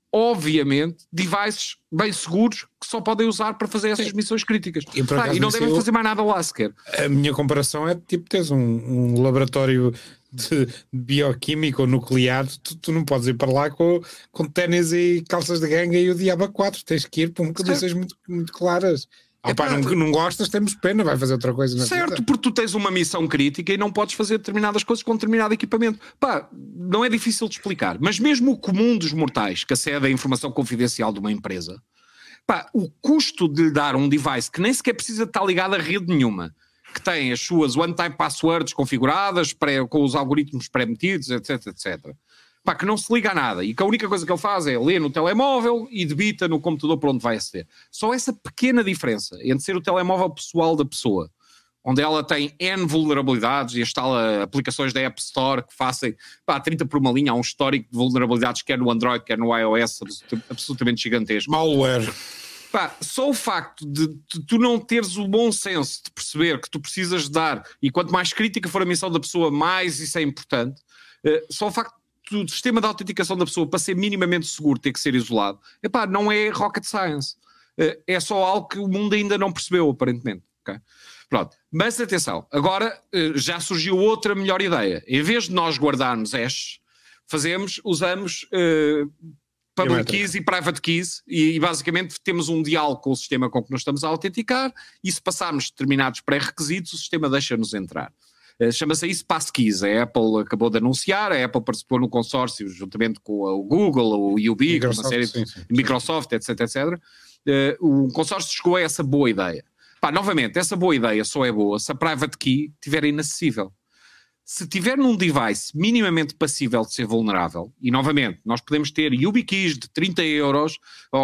obviamente, devices bem seguros que só podem usar para fazer essas missões críticas. E, por Pá, acaso, e não isso devem eu- fazer mais nada lá sequer. A minha comparação é tipo teres um, um laboratório de bioquímica ou nuclear, tu, tu não podes ir para lá com, com ténis e calças de ganga e o diabo a quatro, tens que ir por condições muito, muito claras. Ah, pá, não, não gostas, temos pena, vai fazer outra coisa na Certo, vida. porque tu tens uma missão crítica e não podes fazer determinadas coisas com determinado equipamento. Pá, não é difícil de explicar, mas mesmo o comum dos mortais que acede à informação confidencial de uma empresa, pá, o custo de lhe dar um device que nem sequer precisa estar ligado a rede nenhuma, que tem as suas one-time passwords configuradas, pré, com os algoritmos pré-metidos, etc, etcétera. Pá, que não se liga a nada e que a única coisa que ele faz é ler no telemóvel e debita no computador para onde vai aceder. Só essa pequena diferença entre ser o telemóvel pessoal da pessoa, onde ela tem N vulnerabilidades e instala aplicações da App Store que fazem, pá, trinta por uma linha, há um histórico de vulnerabilidades quer no Android, quer no iOS, absolutamente gigantesco. Malware. Pá, só o facto de, de tu não teres o bom senso de perceber que tu precisas dar, e quanto mais crítica for a missão da pessoa, mais isso é importante, uh, só o facto do sistema de autenticação da pessoa para ser minimamente seguro ter que ser isolado, epá, não é rocket science. Uh, é só algo que o mundo ainda não percebeu, aparentemente. Okay? Pronto. Mas atenção, agora uh, já surgiu outra melhor ideia. Em vez de nós guardarmos hashes, fazemos, usamos... Uh, public keys e private keys e, e basicamente temos um diálogo com o sistema com que nós estamos a autenticar e se passarmos determinados pré-requisitos o sistema deixa-nos entrar. Uh, chama-se isso passkeys. A Apple acabou de anunciar, a Apple participou no consórcio juntamente com o Google, o U B, com uma série de sim, sim. Microsoft, etc, etcétera. Uh, o consórcio chegou a essa boa ideia. Pá, novamente, essa boa ideia só é boa se a private key estiver inacessível. Se tiver num device minimamente passível de ser vulnerável, e novamente, nós podemos ter YubiKeys de trinta euros ou,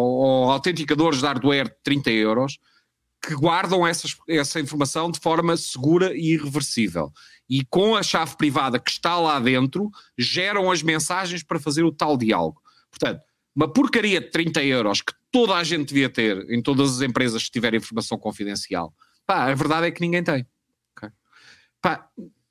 ou autenticadores de hardware de trinta euros que guardam essas, essa informação de forma segura e irreversível. E com a chave privada que está lá dentro, geram as mensagens para fazer o tal diálogo. Portanto, uma porcaria de trinta euros que toda a gente devia ter em todas as empresas que tiverem informação confidencial. Pá, a verdade é que ninguém tem. Okay? Pá,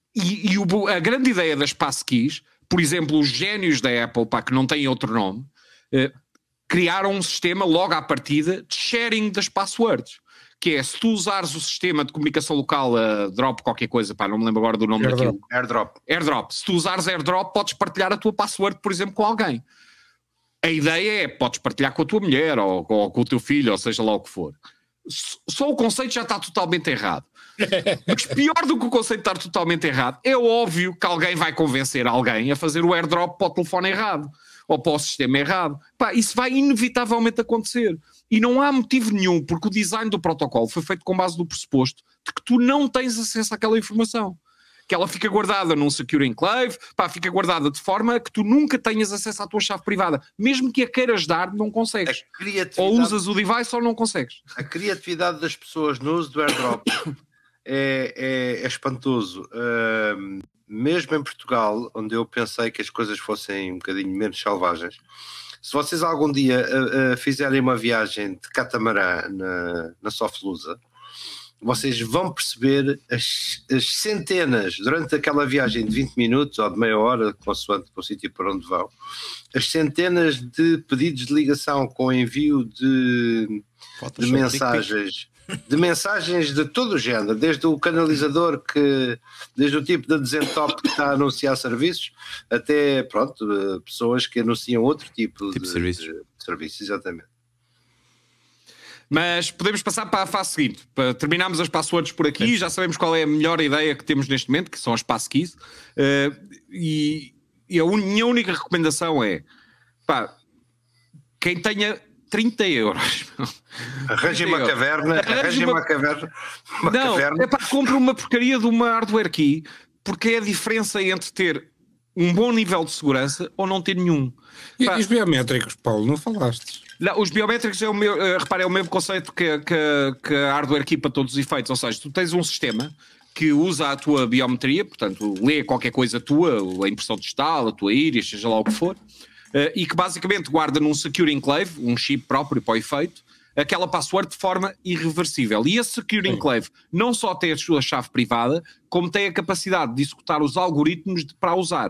E, e o, a grande ideia das passkeys, por exemplo, os génios da Apple, pá, que não têm outro nome, eh, criaram um sistema logo à partida de sharing das passwords. Que é, se tu usares o sistema de comunicação local, a Drop qualquer coisa, pá, não me lembro agora do nome Airdrop. daquilo. Airdrop. AirDrop. Se tu usares AirDrop, podes partilhar a tua password, por exemplo, com alguém. A ideia é, podes partilhar com a tua mulher, ou, ou com o teu filho, ou seja lá o que for. Só o conceito já está totalmente errado. Mas pior do que o conceito estar totalmente errado, é óbvio que alguém vai convencer alguém a fazer o airdrop para o telefone errado ou para o sistema errado. Pá, isso vai inevitavelmente acontecer. E não há motivo nenhum, porque o design do protocolo foi feito com base no pressuposto de que tu não tens acesso àquela informação. Que ela fica guardada num secure enclave, pá, fica guardada de forma que tu nunca tenhas acesso à tua chave privada. Mesmo que a queiras dar, não consegues. Ou usas o device ou não consegues. A criatividade das pessoas no uso do airdrop é, é, é espantoso. Uh, mesmo em Portugal, onde eu pensei que as coisas fossem um bocadinho menos selvagens, se vocês algum dia uh, uh, fizerem uma viagem de catamarã na, na Soflusa, vocês vão perceber as, as centenas, durante aquela viagem de vinte minutos ou de meia hora, consoante o sítio para onde vão, as centenas de pedidos de ligação com envio de, de mensagens, de mensagens de todo o género, desde o canalizador, que, desde o tipo de desentop que está a anunciar serviços, até, pronto, pessoas que anunciam outro tipo, tipo de, serviços. de serviços, exatamente. Mas podemos passar para a fase seguinte. Terminamos as passwords por aqui, Sim. já sabemos qual é a melhor ideia que temos neste momento, que são as passkeys. Uh, e, e a un, minha única recomendação é, pá, quem tenha trinta euros... Arranjem uma caverna, arranjem uma, uma caverna. Uma não, caverna. é pá, compre uma porcaria de uma hardware key, porque é a diferença entre ter um bom nível de segurança ou não ter nenhum. E, Pá, e os biométricos, Paulo, não falaste? Não, os biométricos é o meu, uh, repara, é o mesmo conceito que, que, que a hardware key para todos os efeitos, ou seja, tu tens um sistema que usa a tua biometria, portanto lê qualquer coisa tua, a impressão digital, a tua íris, seja lá o que for, uh, e que basicamente guarda num secure enclave, um chip próprio para o efeito, aquela password de forma irreversível. E esse secure enclave não só tem a sua chave privada, como tem a capacidade de executar os algoritmos de, para usar.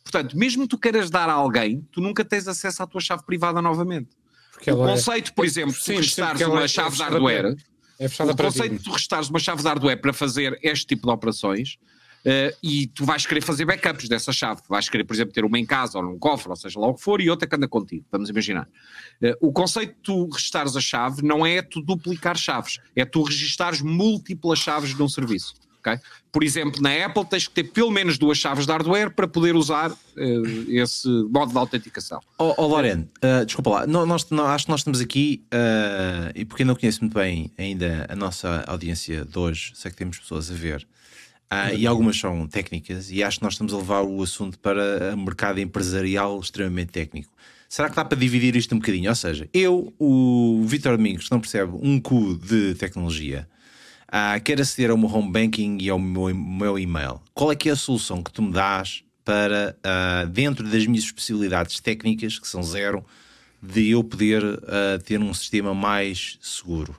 Portanto, mesmo que tu queiras dar a alguém, tu nunca tens acesso à tua chave privada novamente. Porque o conceito, é... por exemplo, de tu registares uma é chave de hardware, é o conceito de tu registares uma chave de hardware para fazer este tipo de operações, uh, e tu vais querer fazer backups dessa chave. Vais querer, por exemplo, ter uma em casa ou num cofre, ou seja lá o que for, e outra que anda contigo, vamos imaginar. Uh, o conceito de tu registares a chave não é tu duplicar chaves, é tu registares múltiplas chaves num serviço. Okay? Por exemplo, na Apple tens que ter pelo menos duas chaves de hardware para poder usar uh, esse modo de autenticação. Oh, oh Lorena, uh, desculpa lá, nós, nós, nós, acho que nós estamos aqui, uh, e porque eu não conheço muito bem ainda a nossa audiência de hoje, sei que temos pessoas a ver, uh, e algumas são técnicas, e acho que nós estamos a levar o assunto para um mercado empresarial extremamente técnico. Será que dá para dividir isto um bocadinho? Ou seja, eu, o Vítor Domingos, não percebo um cu de tecnologia, Uh, quero aceder ao meu home banking e ao meu, meu e-mail. Qual é que é a solução que tu me dás para, uh, dentro das minhas especialidades técnicas, que são zero, de eu poder uh, ter um sistema mais seguro?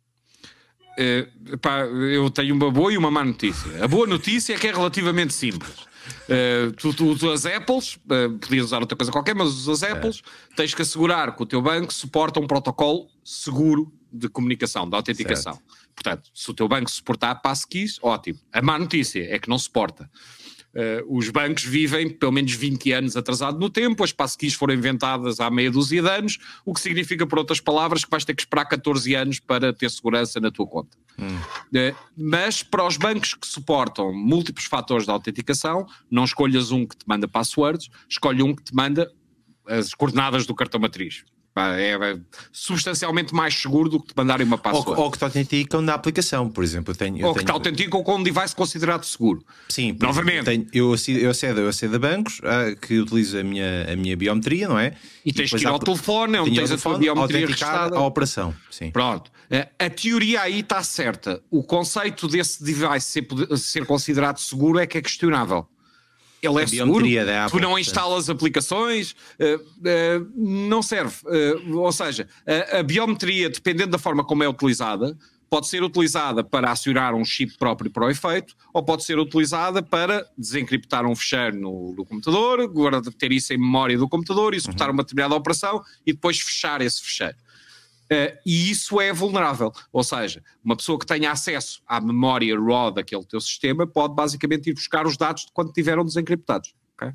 Uh, pá, eu tenho uma boa e uma má notícia. A boa notícia é que é relativamente simples. Uh, tu, tu usas Apples, uh, podias usar outra coisa qualquer, mas usas Apples, é. Tens que assegurar que o teu banco suporta um protocolo seguro de comunicação, de autenticação. Certo. Portanto, se o teu banco suportar passkeys, ótimo. A má notícia é que não suporta. Uh, os bancos vivem pelo menos vinte anos atrasado no tempo, as passkeys foram inventadas há meia dúzia de anos, o que significa, por outras palavras, que vais ter que esperar catorze anos para ter segurança na tua conta. Hum. Uh, mas para os bancos que suportam múltiplos fatores de autenticação, não escolhas um que te manda passwords, escolhe um que te manda as coordenadas do cartão matriz. É, é substancialmente mais seguro do que te mandarem uma password. Ou, ou que te autenticam na aplicação, por exemplo. Eu tenho, eu ou que tenho... te autenticam com um device considerado seguro. Sim, novamente. Tenho, eu, eu, acedo, eu acedo a bancos uh, que utilizo a minha, a minha biometria, não é? E tens e que ir ao telefone, onde tens a tua biometria registrada. A operação. Sim. Pronto. A teoria aí está certa. O conceito desse device ser, ser considerado seguro é que é questionável. Ele é seguro, tu não instalas aplicações, uh, uh, não serve. Uh, ou seja, a, a biometria, dependendo da forma como é utilizada, pode ser utilizada para acionar um chip próprio para o efeito, ou pode ser utilizada para desencriptar um fecheiro no, no computador, guardar, ter isso em memória do computador, executar uhum. uma determinada operação e depois fechar esse fecheiro. Uh, e isso é vulnerável, ou seja, uma pessoa que tenha acesso à memória raw daquele teu sistema pode basicamente ir buscar os dados de quando estiveram desencriptados. Okay?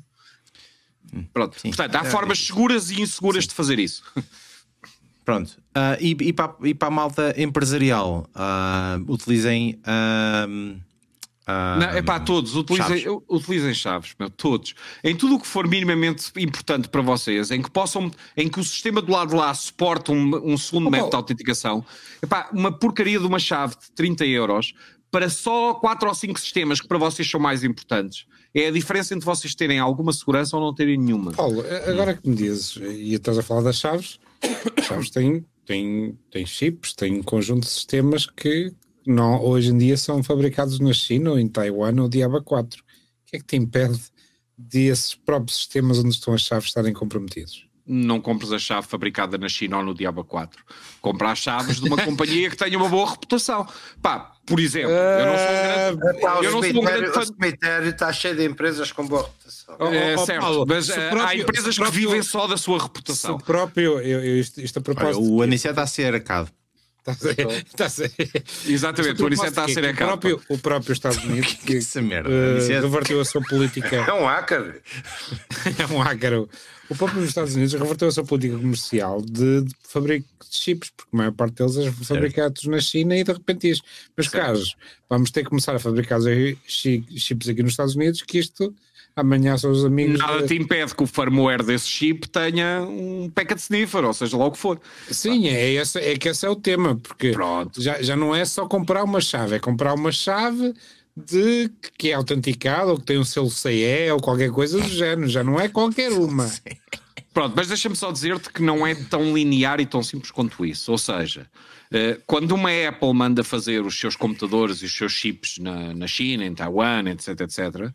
Hum, Pronto. Sim. Portanto, há é, formas seguras e inseguras sim. de fazer isso. Pronto. Uh, e, e, para, e para a malta empresarial, uh, utilizem... Uh, Uh, não, é para todos, utilizem chaves, utilizem chaves meu, todos. Em tudo o que for minimamente importante para vocês, em que possam, em que o sistema do lado de lá suporte um, um segundo oh, método de autenticação, epá, uma porcaria de uma chave de trinta euros para só quatro ou cinco sistemas que para vocês são mais importantes. É a diferença entre vocês terem alguma segurança ou não terem nenhuma. Paulo, agora que me dizes, e estás a falar das chaves, as chaves têm, têm, têm chips, têm um conjunto de sistemas que não, hoje em dia são fabricados na China ou em Taiwan ou Diaba quatro. O que é que te impede desses próprios sistemas onde estão as chaves estarem comprometidos? Não compres a chave fabricada na China ou no Diaba quatro. Compra as chaves de uma companhia que tenha uma boa reputação. Pá, por exemplo, eu não sou um grande, uh, eu não sou um grande fã. O cemitério está cheio de empresas com boa reputação. É, oh, oh, certo, Paulo, mas próprio, há empresas próprio, que vivem só da sua reputação. O próprio, eu, eu, isto, isto a propósito... Olha, o Anicete está a ser arcado. Está a ser. Exatamente, o Anicete está a ser o próprio, o próprio Estados Unidos que, que essa merda, uh, reverteu a sua política. É um hacker. É um hacker. O próprio Estados Unidos reverteu a sua política comercial de, de fabrico de chips, porque a maior parte deles é fabricados na China e de repente diz: meus caros, vamos ter que começar a fabricar chips aqui nos Estados Unidos, que isto amanhã são os amigos. Nada de... te impede que o firmware desse chip tenha um packet sniffer, ou seja, lá o que for. Sim, é, esse, é que esse é o tema, porque já, já não é só comprar uma chave, é comprar uma chave de, que é autenticada ou que tem um selo C E ou qualquer coisa do género, já não é qualquer uma. Pronto, mas deixa-me só dizer-te que não é tão linear e tão simples quanto isso, ou seja, quando uma Apple manda fazer os seus computadores e os seus chips na, na China, em Taiwan, etc, etc,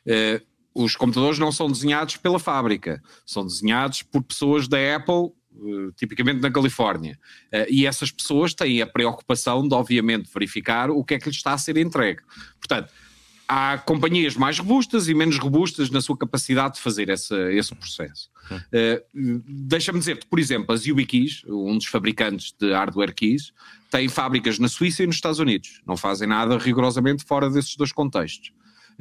os computadores não são desenhados pela fábrica, são desenhados por pessoas da Apple, tipicamente na Califórnia, e essas pessoas têm a preocupação de obviamente verificar o que é que lhes está a ser entregue. Portanto, há companhias mais robustas e menos robustas na sua capacidade de fazer essa, esse processo. Uh, Deixa-me dizer-te, por exemplo, as YubiKeys, um dos fabricantes de hardware keys, tem fábricas na Suíça e nos Estados Unidos. Não fazem nada rigorosamente fora desses dois contextos.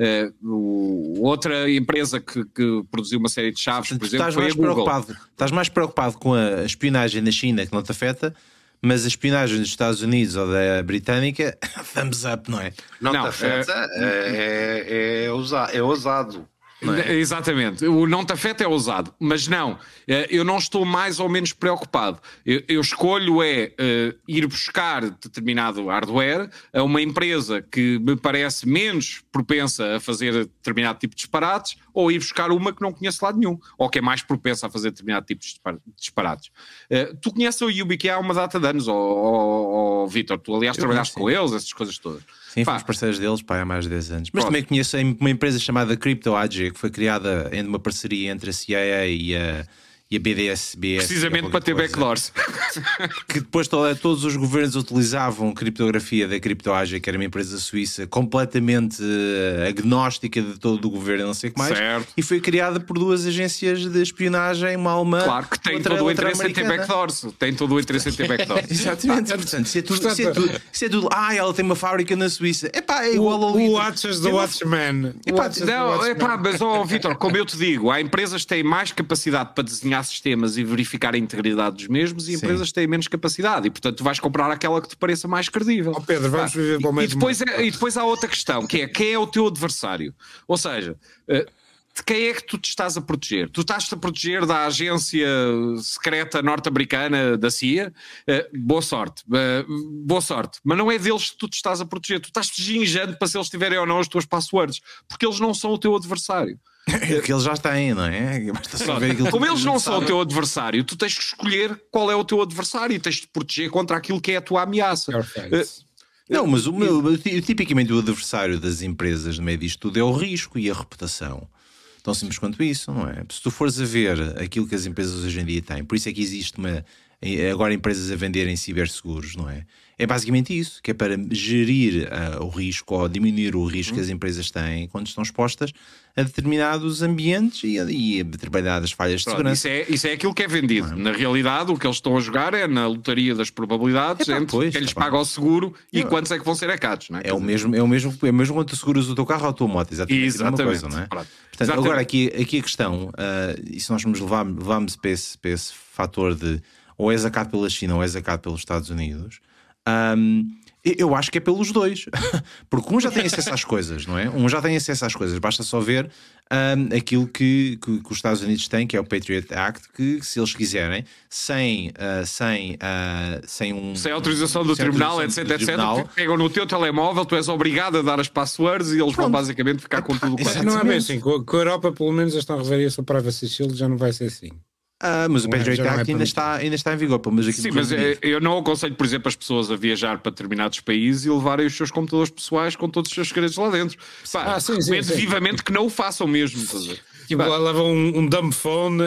Uh, outra empresa que, que produziu uma série de chaves, Portanto, por exemplo, estás foi mais a Google. Preocupado, estás mais preocupado com a espionagem na China, que não te afeta, mas a espionagem dos Estados Unidos ou da britânica, thumbs up, não é? Não, Não, te afeta, é, é, é, ousa, é ousado. Não é? Exatamente, o não te afeta é ousado, mas não, eu não estou mais ou menos preocupado. Eu, eu escolho é uh, ir buscar determinado hardware a uma empresa que me parece menos propensa a fazer determinado tipo de disparates, ou ir buscar uma que não conheço lado nenhum, ou que é mais propensa a fazer determinado tipo de disparates. Uh, tu conheces o YubiKey há uma data de anos, ou Vítor, tu aliás Eu trabalhaste conheci. com eles, essas coisas todas. Sim, Pá. fomos parceiros deles pá, há mais de dez anos. Mas Pronto. também conheço uma empresa chamada CryptoAge, que foi criada em uma parceria entre a C I A e a, e a B D S. B S, Precisamente para ter backdoors. Que depois to- todos os governos utilizavam criptografia da CryptoAge, que era uma empresa suíça completamente eh, agnóstica de todo o governo, não sei o que mais. Certo. E foi criada por duas agências de espionagem, uma alemã. Claro que tem outra, todo o outra interesse em ter americana. backdoors. Tem todo o interesse em ter backdoors. Exatamente, portanto, se é tudo, se é tudo, se é tudo, ah, ela tem uma fábrica na Suíça, é pá, é igual ao O Lidl. Watches do Watchman. Epá, Watches do Não, é Watchman. pá, mas oh, Vítor, como eu te digo, há empresas que têm mais capacidade para desenhar sistemas e verificar a integridade dos mesmos e Sim. empresas que têm menos capacidade e portanto tu vais comprar aquela que te pareça mais credível. Oh, Pedro, vamos viver para o meio E do depois, mundo. é, e depois há outra questão, que é quem é o teu adversário? Ou seja, eh, de quem é que tu te estás a proteger? Tu estás-te a proteger da agência secreta norte-americana da C I A? Eh, boa sorte, eh, boa sorte. Mas não é deles que tu te estás a proteger. Tu estás-te ginjando para se eles tiverem ou não as tuas passwords, porque eles não são o teu adversário. Que eles já têm, não é? Basta só ver aquilo Como que eles a gente não são o sabe. teu adversário, tu tens que escolher qual é o teu adversário e tens de te proteger contra aquilo que é a tua ameaça. Perfeito. Não, mas o meu, o ti- tipicamente o adversário das empresas no meio disto tudo é o risco e a reputação. Tão simples quanto isso, não é? Se tu fores a ver aquilo que as empresas hoje em dia têm, por isso é que existe uma, agora empresas a venderem ciberseguros, não é? É basicamente isso, que é para gerir uh, o risco ou diminuir o risco que as empresas têm quando estão expostas a determinados ambientes e a, e a determinadas falhas de Pronto, segurança. isso, é, isso é aquilo que é vendido. Na realidade, o que eles estão a jogar é na lotaria das probabilidades Epá, entre pois, quem lhes epá. paga o seguro e Eu- quantos é que vão ser acados, não é? É o mesmo, é o mesmo, é o mesmo quando tu seguras o teu carro ou a tua moto, exatamente, Exatamente. a mesma coisa, não é? Pronto. Portanto, Exatamente. agora aqui, aqui a questão, uh, e se nós vamos levar, levarmos para esse, para esse fator de ou és atacado pela China ou és atacado pelos Estados Unidos, um, eu acho que é pelos dois, porque um já tem acesso às coisas, não é? Um já tem acesso às coisas, basta só ver um, aquilo que, que, que os Estados Unidos têm, que é o Patriot Act, que se eles quiserem, sem, uh, sem, uh, sem um. Sem autorização do sem tribunal, autorização etc, do tribunal, etcétera, pegam no teu telemóvel, tu és obrigado a dar as passwords e eles vão basicamente ficar com tudo o exato. quanto. Não é bem Exatamente. assim. Com com a Europa, pelo menos, eles estão a rever isso. O Privacy Shield já não vai ser assim. Ah, mas o Não é- Patriot já não é Act ainda permitido. está, ainda está em vigor. Pelo menos aqui Sim, no mas Reino Unido. eh, eu não aconselho, por exemplo, as pessoas a viajar para determinados países e levarem os seus computadores pessoais com todos os seus segredos lá dentro. Pá, Ah, sim, sim, recomendo sim. vivamente que não o façam mesmo. estás a ver? Tipo, lá levam um, um dumb phone.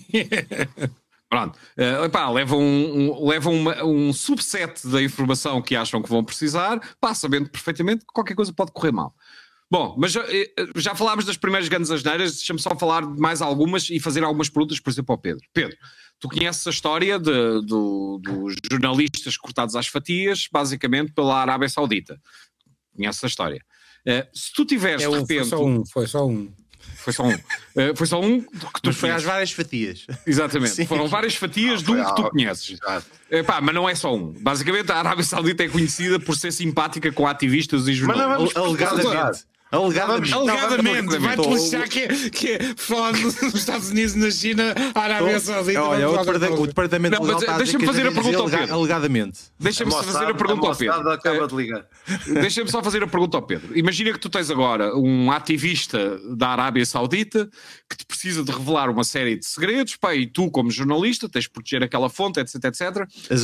Pronto, uh, pá, levam, um, um, levam uma, um subset da informação que acham que vão precisar, pá, sabendo perfeitamente que qualquer coisa pode correr mal. Bom, mas já, já falámos das primeiras grandes asneiras, deixa-me só falar de mais algumas e fazer algumas perguntas, por exemplo, ao Pedro. Pedro, tu conheces a história de, do, dos jornalistas cortados às fatias, basicamente pela Arábia Saudita. Conheces a história. Uh, se tu tiveres, É de um, repente... foi só um. Foi só um. Foi só um. Uh, foi só um que tu Mas foi às conheces. várias fatias. Exatamente. Sim. Foram várias fatias de Foi um que tu algo- conheces. Exato. Epá, mas não é só um. Basicamente, a Arábia Saudita é conhecida por ser simpática com ativistas e Mas não jornalistas. vamos Alegadamente. Alegadamente. Alegadamente, vai-te Tô- lixar que, que falar dos Estados Unidos na China, a Arábia Saudita. Olha, o, vamos lá departamento- o departamento Não, legal mas está a dizer deixa-me que a fazer a gente pergunta ao diz Pedro. alegadamente. Deixa-me A fazer a Mossad- pergunta a ao Pedro. Mossad acaba Eh, de ligar. Deixa-me só fazer a pergunta ao Pedro. Imagina que tu tens agora um ativista da Arábia Saudita que te precisa de revelar uma série de segredos, pá, e tu, como jornalista, tens de proteger aquela fonte, etc, etcétera. Azarus. Eh,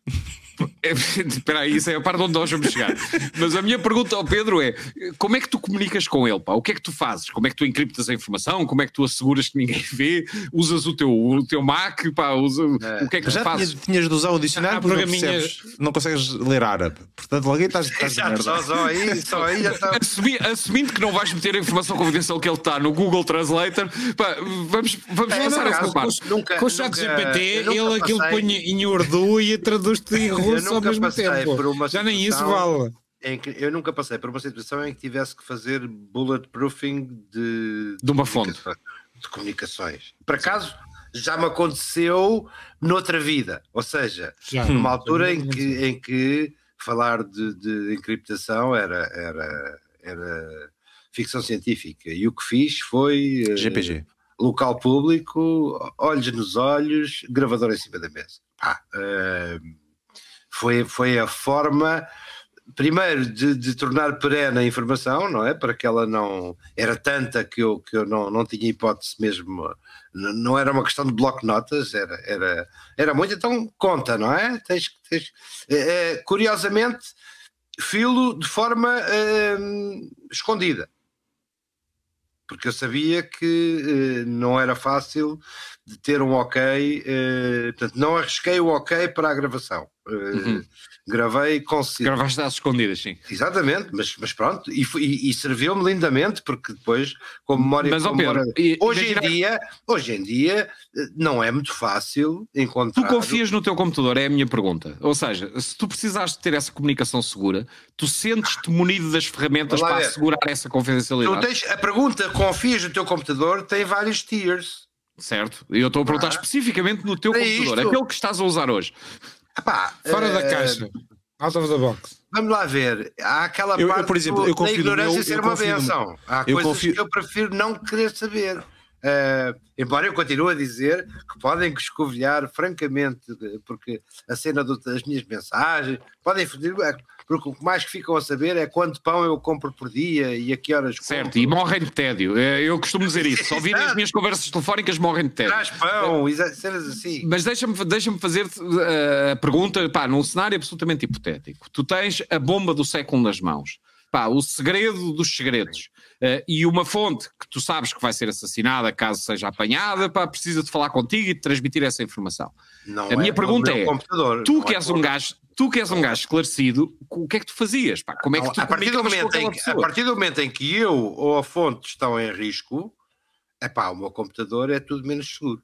Espera aí, isso é a parte onde nós vamos chegar. Mas a minha pergunta ao Pedro é: como é que tu comunicas com ele? Pá? O que é que tu fazes? Como é que tu encriptas a informação? Como é que tu asseguras que ninguém vê? Usas o teu, o teu Mac? Pá, usa, é. O que é que já tu fazes? Tinhas, tinhas de usar o dicionário, ah, porque não, percebes, não consegues ler árabe. Portanto, logo aí estás, estás Exato, de merda. Só, só aí, só aí já está. Assumi, assumindo que não vais meter a informação confidencial que ele está no Google Translator, pá, vamos, vamos é, passar essa parte. Com o chat G P T, ele aquilo põe em urdu e traduz-te em russo ao mesmo tempo. Já nem isso vale. Em que eu nunca passei por uma situação em que tivesse que fazer bulletproofing de, de uma fonte de comunicações. Por acaso já me aconteceu noutra vida, ou seja, já. numa altura em que, em que falar de, de encriptação era, era, era ficção científica, e o que fiz foi G P G. Uh, local público, olhos nos olhos, gravador em cima da mesa. Pá, uh, Foi, foi a forma, primeiro, de, de tornar perene a informação, não é? Para que ela não... Era tanta que eu, que eu não, não tinha hipótese mesmo. Não era uma questão de bloco de notas, era, era, era muito. Então, conta, não é? Tens, tens, é, curiosamente, filo de forma é, escondida. Porque eu sabia que eh, não era fácil de ter um ok, eh, portanto não arrisquei o ok para a gravação. Eh, uhum. Gravei com... Gravaste às escondidas, sim. Exatamente, mas, mas pronto, e, e, e serviu-me lindamente, porque depois, com memória... Mas, com Pedro, memória e, hoje, imagina... em dia, hoje em dia não é muito fácil encontrar... Tu confias no teu computador, é a minha pergunta. Ou seja, se tu precisares de ter essa comunicação segura, tu sentes-te munido das ferramentas para ver. assegurar essa confidencialidade? Tu tens, a pergunta, confias no teu computador, tem vários tiers. Certo, e eu estou a perguntar ah, especificamente no teu computador, isto? aquele que estás a usar hoje. Epá, Fora uh, da caixa, out of the box. Vamos lá ver, há aquela eu, parte eu, por exemplo, eu da ignorância meu, ser uma benção. Há eu coisas confio... que eu prefiro não querer saber. Uh, embora eu continue a dizer que podem escovilhar francamente, porque a cena do, das minhas mensagens, podem fazer, porque o que mais que ficam a saber é quanto pão eu compro por dia e a que horas certo, compro. E morrem de tédio, eu costumo dizer isso, só virem as minhas conversas telefónicas morrem de tédio. Traz pão, cenas assim. Mas deixa-me deixa-me fazer a pergunta, pá, num cenário absolutamente hipotético. Tu tens a bomba do século nas mãos. Pá, o segredo dos segredos. Uh, e uma fonte que tu sabes que vai ser assassinada caso seja apanhada, pá, precisa de falar contigo e de transmitir essa informação. Não a é minha pergunta é, tu que, é és um gajo, tu que és um gajo esclarecido, o que é que tu fazias? Pá? Como é que tu a, partir do momento em que, a partir do momento em que eu ou a fonte estão em risco, epá, o meu computador é tudo menos seguro.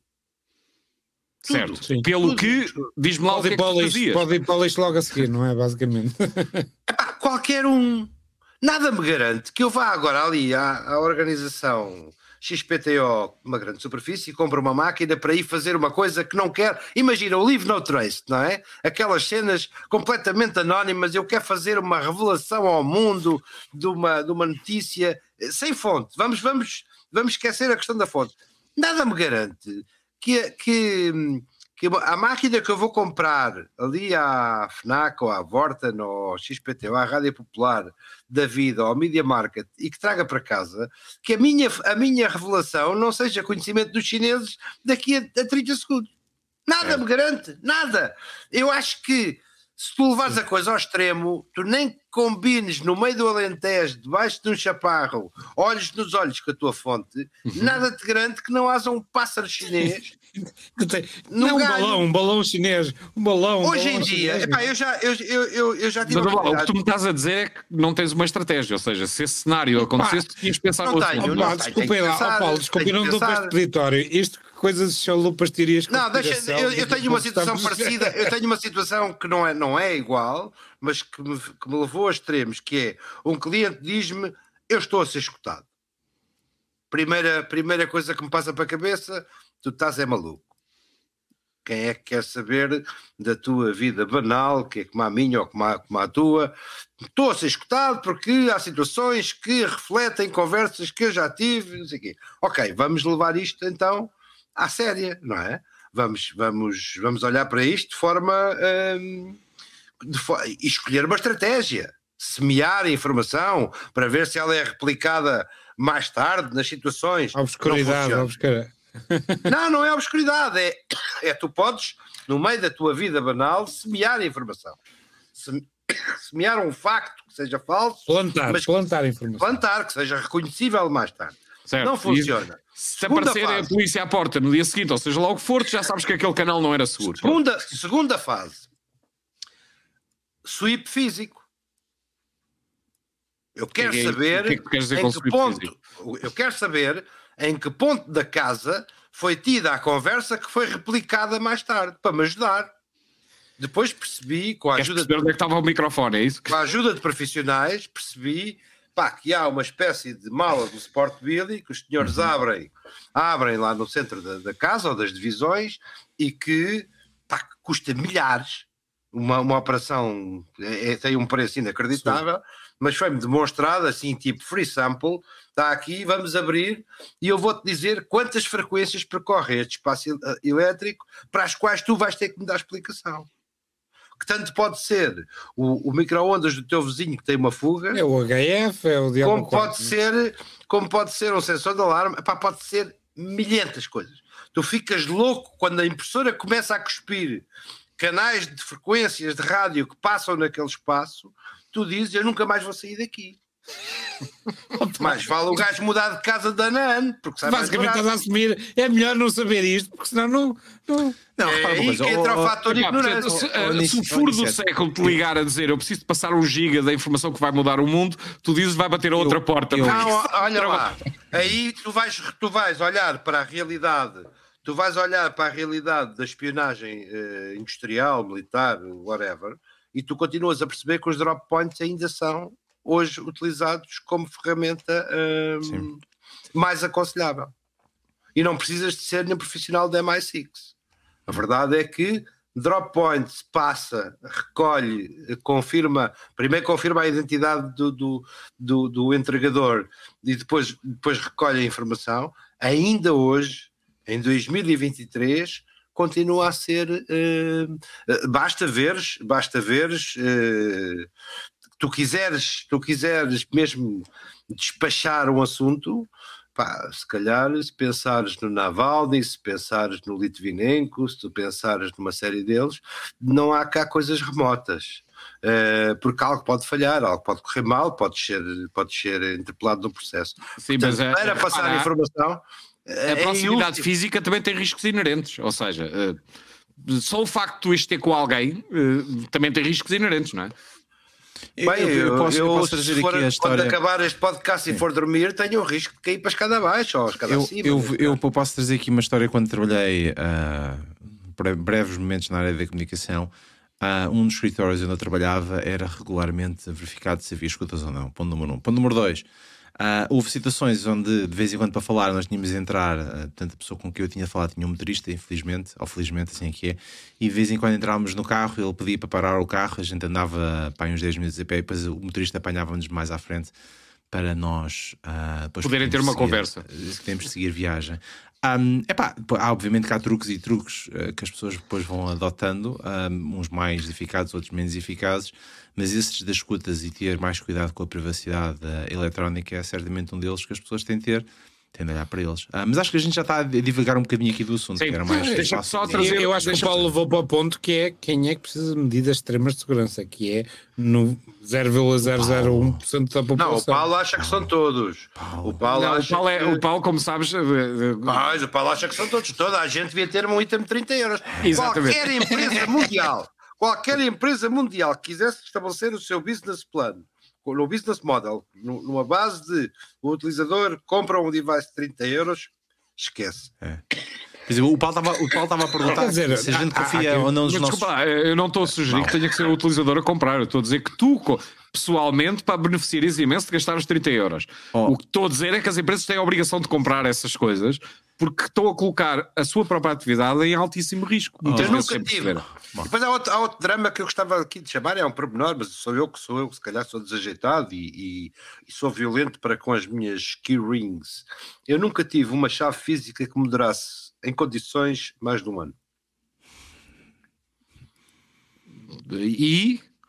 Certo, sim. Pelo tudo que, diz-me lá o que é que tu fazias. Pode ir para o lixo logo a seguir, não é? Basicamente. Epá, qualquer um. Nada me garante que eu vá agora ali à, à organização X P T O, uma grande superfície, e compre uma máquina para ir fazer uma coisa que não quero. Imagina o Leave No Trace, não é? Aquelas cenas completamente anónimas, eu quero fazer uma revelação ao mundo de uma, de uma notícia sem fonte. Vamos, vamos, vamos esquecer a questão da fonte. Nada me garante que... que que a máquina que eu vou comprar ali à FNAC ou à Vorten ou ao X P T ou à Rádio Popular da Vida ou ao Media Market e que traga para casa, que a minha, a minha revelação não seja conhecimento dos chineses daqui a, a trinta segundos. Nada é. me garante, nada. Eu acho que se tu levares a coisa ao extremo, tu nem combines no meio do Alentejo, debaixo de um chaparro, olhos nos olhos com a tua fonte, uhum. nada te garante que não haja um pássaro chinês. Não, um balão, um balão chinês, um balão. Hoje um balão em dia, epá, eu, já, eu, eu, eu, eu já tive. Mas, o que tu me estás a dizer é que não tens uma estratégia, ou seja, se esse cenário acontecesse, tu tinhas de pensar não tenho, não desculpem lá, oh, Paulo, desculpem, não dou para este peditório. Isto coisas chalupas teorias. Não, deixa, eu, eu tenho uma situação parecida, eu tenho uma situação que não é, não é igual, mas que me, que me levou a extremos, que é um cliente diz-me, eu estou a ser escutado. Primeira, primeira coisa que me passa para a cabeça, tu estás é maluco. Quem é que quer saber da tua vida banal, que é como a minha ou como a, como a tua? Estou a ser escutado porque há situações que refletem conversas que eu já tive, não sei o quê. Ok, vamos levar isto então à séria, não é? Vamos, vamos, vamos olhar para isto de forma... Hum, de fo- e escolher uma estratégia. Semear a informação para ver se ela é replicada mais tarde nas situações. A obscuridade, a obscuridade. Não, não é obscuridade, é É, tu podes, no meio da tua vida banal, semear a informação. Seme- Semear um facto que seja falso, Plantar, mas plantar informação. plantar, que seja reconhecível mais tarde. Certo. Não funciona. E se Segunda aparecer a fase. polícia à porta no dia seguinte, ou seja lá o que for, tu já sabes que aquele canal não era seguro. Segunda, segunda fase. Sweep físico. Eu quero que é- saber o que é que tu queres dizer em com que sweep ponto. físico? Eu quero saber em que ponto da casa foi tida a conversa que foi replicada mais tarde, para me ajudar. Depois percebi, com a Queres ajuda de perceber onde é que estava o microfone, é isso? com a ajuda de profissionais, percebi pá, que há uma espécie de mala do Sport Billy que os senhores Uhum. abrem, abrem lá no centro da, da casa ou das divisões e que, pá, que custa milhares. Uma, uma operação é, é- tem um preço inacreditável, Sim. mas foi-me demonstrado assim, tipo free sample, está aqui, vamos abrir e eu vou-te dizer quantas frequências percorre este espaço elétrico para as quais tu vais ter que me dar explicação. Que tanto pode ser o, o micro-ondas do teu vizinho que tem uma fuga, É o H F, é o diabo. como pode ser, como pode ser um sensor de alarme, epá, pode ser milhentas coisas. Tu ficas louco quando a impressora começa a cuspir canais de frequências de rádio que passam naquele espaço, tu dizes, eu nunca mais vou sair daqui. Mas vale o gajo mudar de casa de ano a ano, porque sabe mais Basicamente estás barato. a assumir, é melhor não saber isto, porque senão não. não... Não, É repara uma aí coisa. que oh, entra o oh, fator Epá, portanto, ignorância. se, Oh, uh, nisso- se o furo oh, do nisso- século te ligar a dizer eu preciso de passar um giga da informação que vai mudar o mundo, tu dizes vai bater a outra Eu- porta. eu- porque Não, isso- olha lá, aí tu vais, tu vais olhar para a realidade, tu vais olhar para a realidade da espionagem eh, industrial, militar, whatever, e tu continuas a perceber que os drop points ainda são hoje utilizados como ferramenta eh, Sim. mais aconselhável. E não precisas de ser nenhum profissional da M I seis. A verdade é que drop points passa, recolhe, confirma, primeiro confirma a identidade do, do, do, do entregador e depois, depois recolhe a informação. Ainda hoje, em dois mil e vinte e três, continua a ser, eh, eh, basta veres, basta veres, eh, tu quiseres, tu quiseres mesmo despachar um assunto, pá, se calhar, se pensares no Navalny, se pensares no Litvinenko, se tu pensares numa série deles, não há cá coisas remotas. Uh, porque algo pode falhar, algo pode correr mal, pode ser, pode ser interpelado no processo. Sim, Portanto, mas, para uh, passar repara, a informação, a é proximidade inútil. física também tem riscos inerentes, ou seja, uh, só o facto de tu ires ter com alguém uh, também tem riscos inerentes, não é? Eu, Bem, eu- eu posso, eu posso trazer se for, aqui a história. quando acabar este podcast e for dormir, tenho o risco de cair para a escada abaixo ou a escada Eu, acima. eu, eu posso trazer aqui uma história quando trabalhei ah, bre- breves momentos na área da comunicação. Ah, um dos escritórios onde eu trabalhava era regularmente verificado se havia escutas ou não. Ponto número um. Ponto número dois. Ah, houve situações onde de vez em quando para falar nós tínhamos de entrar, ah, portanto a pessoa com quem eu tinha falado tinha um motorista, infelizmente, ou felizmente assim é que é, e de vez em quando entrávamos no carro, ele pedia para parar o carro, a gente andava para aí uns dez minutos a pé e depois o motorista apanhava-nos mais à frente para nós ah, depois Poderem ter podemos uma seguir- conversa. Temos de seguir viagem. Um, epá, há obviamente que há truques e truques uh, que as pessoas depois vão adotando, um, uns mais eficazes, outros menos eficazes, mas esses das escutas e ter mais cuidado com a privacidade uh, eletrónica é certamente um deles que as pessoas têm de ter, têm de olhar para eles. Uh, mas acho que a gente já está a divagar um bocadinho aqui do assunto, Sim. que era mais Deixa-me fácil só de- trazer- Eu, eu acho que o deixa- Paulo levou para o ponto que é quem é que precisa de medidas extremas de segurança, que é no zero vírgula zero zero um por cento da população. Não, o Paulo acha que são todos. O Paulo Não, o, acha Paulo é, que... o Paulo, como sabes, uh, uh, Mas o Paulo acha que são todos. Toda a gente devia ter um item de trinta euros. Exatamente. Qualquer empresa mundial, qualquer empresa mundial que quisesse estabelecer o seu business plan, no business model, nu- numa base de o utilizador compra um device de trinta euros, esquece. Quer dizer, o Paulo estava o Paulo estava a perguntar Quer dizer, se a gente há- há confia quem- ou não nos mas nossos. desculpa lá, eu não estou a sugerir que tenha que ser o utilizador a comprar. Eu estou a dizer que tu, co- pessoalmente, para beneficiares imenso de gastar os trinta euros. Oh. O que estou a dizer é que as empresas têm a obrigação de comprar essas coisas porque estão a colocar a sua própria atividade em altíssimo risco. Muitas Eu vezes nunca sem tive. perceber. Depois há outro, há outro drama que eu gostava aqui de chamar, é um pormenor, mas sou eu que sou eu, que se calhar sou desajeitado e, e- e sou violento para com as minhas key rings. Eu nunca tive uma chave física que me durasse em condições mais de um ano. E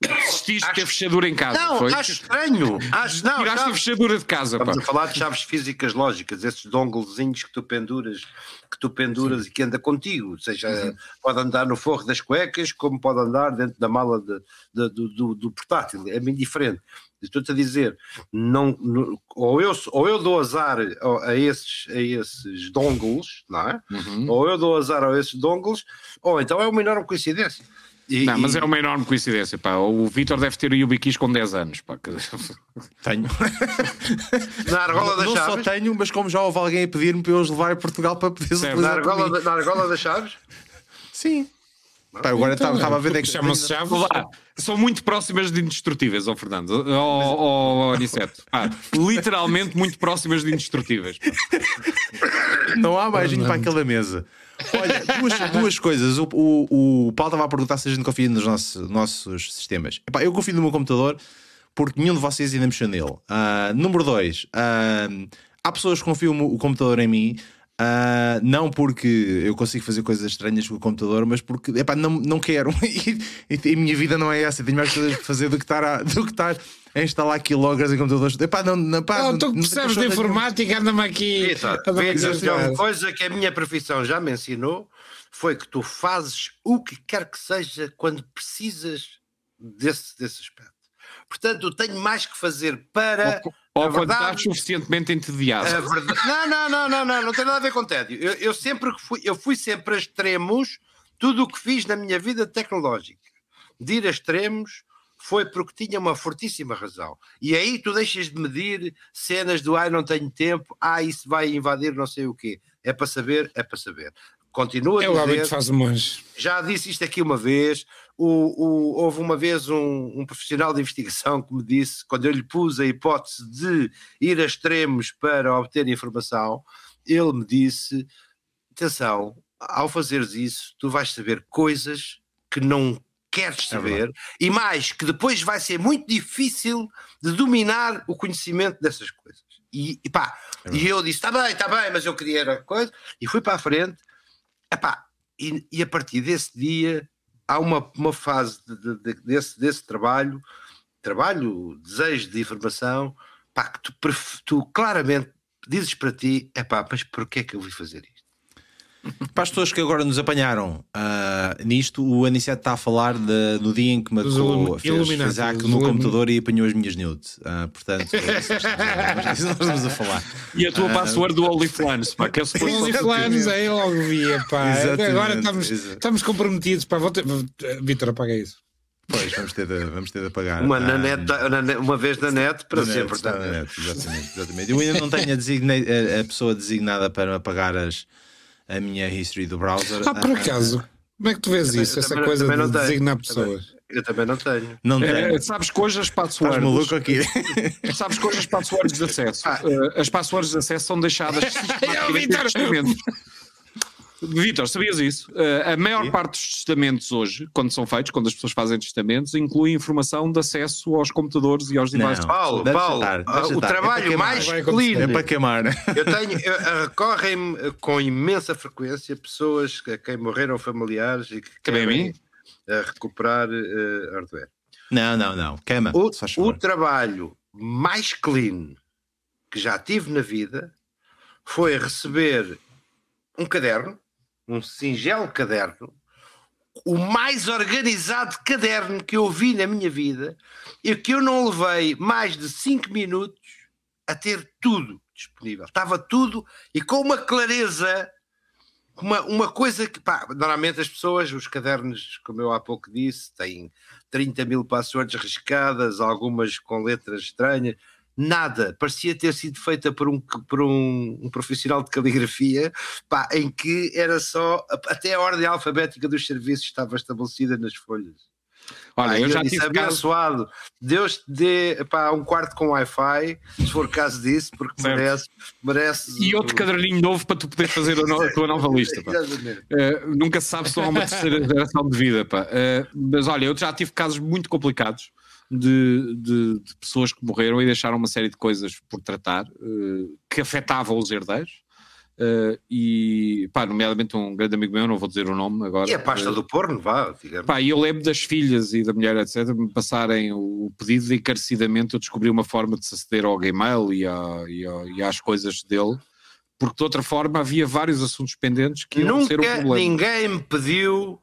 Desististe de ter Acho- fechadura em casa. Não, foi? acho estranho. Acho, não, Tiraste a chaves- fechadura de casa. Pá. Estamos a falar de chaves físicas lógicas, esses donglezinhos que tu penduras, que tu penduras e que anda contigo, ou seja, Uhum. pode andar no forro das cuecas, como pode andar dentro da mala de, de- do, do, do portátil, é bem diferente. Estou-te a dizer, não, não- ou, eu, ou eu dou azar a, a esses, a esses dongles, não é? Uhum. Ou eu dou azar a esses dongles, ou então é uma enorme coincidência. E- Não, mas e- é uma enorme coincidência. Pá. O Vítor deve ter o YubiKeys com dez anos. Pá. que- Tenho. na argola das Não só chaves, tenho, mas como já houve alguém a pedir-me para eu os levar a Portugal para poder Certo. na utilizar por argola, mim. da- na argola das chaves, Sim. Pá, agora Então, estava a ver é que chamam-se chaves. Lá, são muito próximas de indestrutíveis, ó Fernando. Ó ó, Aniceto. Pá, literalmente muito próximas de indestrutíveis. Pá. não há mais vinho para aquela mesa. Olha, duas, duas coisas. O, o, o Paulo estava a perguntar se a gente confia nos nossos, nossos sistemas. Epá, eu confio no meu computador porque nenhum de vocês ainda mexeu nele. Ah, número dois, ah, há pessoas que confiam o computador em mim. Ah, não porque eu consigo fazer coisas estranhas com o computador, mas porque epá, não, não quero. E, e a minha vida não é essa. Eu tenho mais coisas para fazer do que estar a, do que estar a instalar kilógrafos em computadores. Epá, não, não, pá, Não, tu que não percebes de tenho informática, anda-me aqui. Exato. anda-me aqui Veja, a se há uma ajudar. coisa que a minha profissão já me ensinou foi que tu fazes o que quer que seja quando precisas desse, desse aspecto. Portanto, eu tenho mais que fazer para. Ou, ou a quando verdade- estás suficientemente entediado. a verdade- Não, não, não, não, não, não tem nada a ver com tédio. Eu, eu sempre que fui, eu fui sempre a extremos, tudo o que fiz na minha vida tecnológica. De ir a extremos foi porque tinha uma fortíssima razão. E aí tu deixas de medir cenas do ai, não tenho tempo, ah, isso vai invadir não sei o quê. É para saber, é para saber. Continua a É o hábito dizer, que faz o monge. já disse isto aqui uma vez, o, o- houve uma vez um, um profissional de investigação que me disse, quando eu lhe pus a hipótese de ir a extremos para obter informação, ele me disse, atenção, ao fazeres isso, tu vais saber coisas que não queres saber, e mais, que depois vai ser muito difícil de dominar o conhecimento dessas coisas. E, e pá, e eu disse, está bem, está bem, mas eu queria era coisa, e fui para a frente. Epá, e, e a partir desse dia há uma, uma fase de, de, de, desse, desse trabalho, trabalho, desejo de informação, pá, que tu, pref- tu claramente dizes para ti, epá, mas porquê é que eu vim fazer isto? Para as pessoas que agora nos apanharam ah, nisto, o Aniceto está a falar de, do dia em que Dos marcou, ilumi- fez, Illuminati, fez hack dos no ilumi- computador e apanhou as minhas nudes. Ah, portanto, é isso que nós estamos a falar. E a tua password do OnlyFans, pá, que é suposto- OnlyFans, aí logo via, pá. Exatamente, Agora estamos, exato. estamos comprometidos, pá. Vou ter- vou- Vítor, apaga isso. Pois, vamos ter de, vamos ter de apagar. Uma, na Ah, net, na net- uma vez na net, para na net, sempre. está na na net. net, exatamente, exatamente. Eu ainda não tenho a, designe- a- a pessoa designada para apagar as, a minha history do browser. Ah, por acaso, como é que tu vês Também- isso? eu Essa também- coisa também de não tenho. designar Também- pessoas. Eu também não tenho. Não É, tenho. sabes que hoje as Estás passwords. maluco aqui? Sabes que hoje as passwords de acesso. eh, as passwords de acesso são deixadas sistematicamente Vítor! em testamentos. Vítor, sabias isso? Eh, a maior Sim. parte dos testamentos hoje, quando são feitos, quando as pessoas fazem testamentos, inclui informação de acesso aos computadores e aos devices. Não. Paulo, Deixa Paulo, estar, ah, deixa o estar. É para trabalho queimar. mais Vai acontecer. clean. É para queimar. Eu tenho, eu, ah, recorrem-me ah, com imensa frequência pessoas a quem morreram familiares e que Também a querem mim? ah, recuperar ah, hardware. Não, não, não. Queima. O, se faz o favor. trabalho mais clean que já tive na vida foi receber um caderno, um singelo caderno, o mais organizado caderno que eu vi na minha vida e que eu não levei mais de cinco minutos a ter tudo disponível. Estava tudo e com uma clareza, uma, uma coisa que, pá, normalmente as pessoas, os cadernos, como eu há pouco disse, têm trinta mil passwords riscadas, algumas com letras estranhas. Nada, parecia ter sido feita por um, por um, um profissional de caligrafia, pá, em que era só, até a ordem alfabética dos serviços estava estabelecida nas folhas. Olha, Pá, eu já disse, tive casos. abençoado, Deus te dê, pá, um quarto com Wi-Fi, se for caso disso, porque Certo. merece, merece. E outro caderninho novo para tu poderes fazer a, no- a tua nova lista. Pá. Exatamente. Uh, nunca se sabe se não há uma terceira geração de vida. Pá. Uh, mas olha, eu já tive casos muito complicados de, de- de pessoas que morreram e deixaram uma série de coisas por tratar uh, que afetavam os herdeiros. Uh, e pá, nomeadamente um grande amigo meu, não vou dizer o nome agora. E a pasta uh, do porno, vá, digamos. Pá, e eu lembro das filhas e da mulher, etcétera, me passarem o pedido e encarecidamente eu descobri uma forma de se aceder ao Gmail e, a, e, a, e às coisas dele, porque de outra forma havia vários assuntos pendentes que iam ser um problema. Nunca ninguém me pediu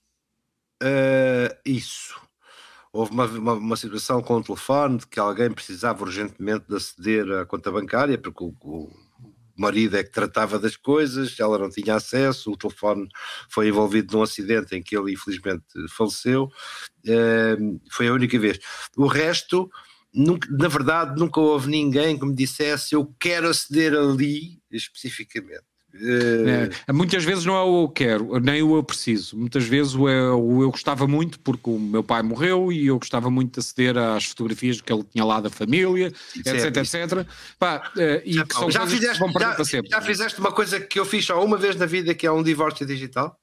uh, isso. Houve uma, uma, uma situação com o telefone de que alguém precisava urgentemente de aceder à conta bancária, porque o, o O marido é que tratava das coisas, ela não tinha acesso, o telefone foi envolvido num acidente em que ele infelizmente faleceu, uh, foi a única vez. O resto, nunca, na verdade, nunca houve ninguém que me dissesse eu quero aceder ali especificamente. Uh... É, muitas vezes não é o eu quero, nem o eu preciso, muitas vezes o eu, o eu gostava muito porque o meu pai morreu e eu gostava muito de aceder às fotografias que ele tinha lá da família, etc, certo, etc. Pá, uh, e já, que são já, fizeste, que vão já, para sempre. Já fizeste uma coisa que eu fiz só uma vez na vida, que é um divórcio digital?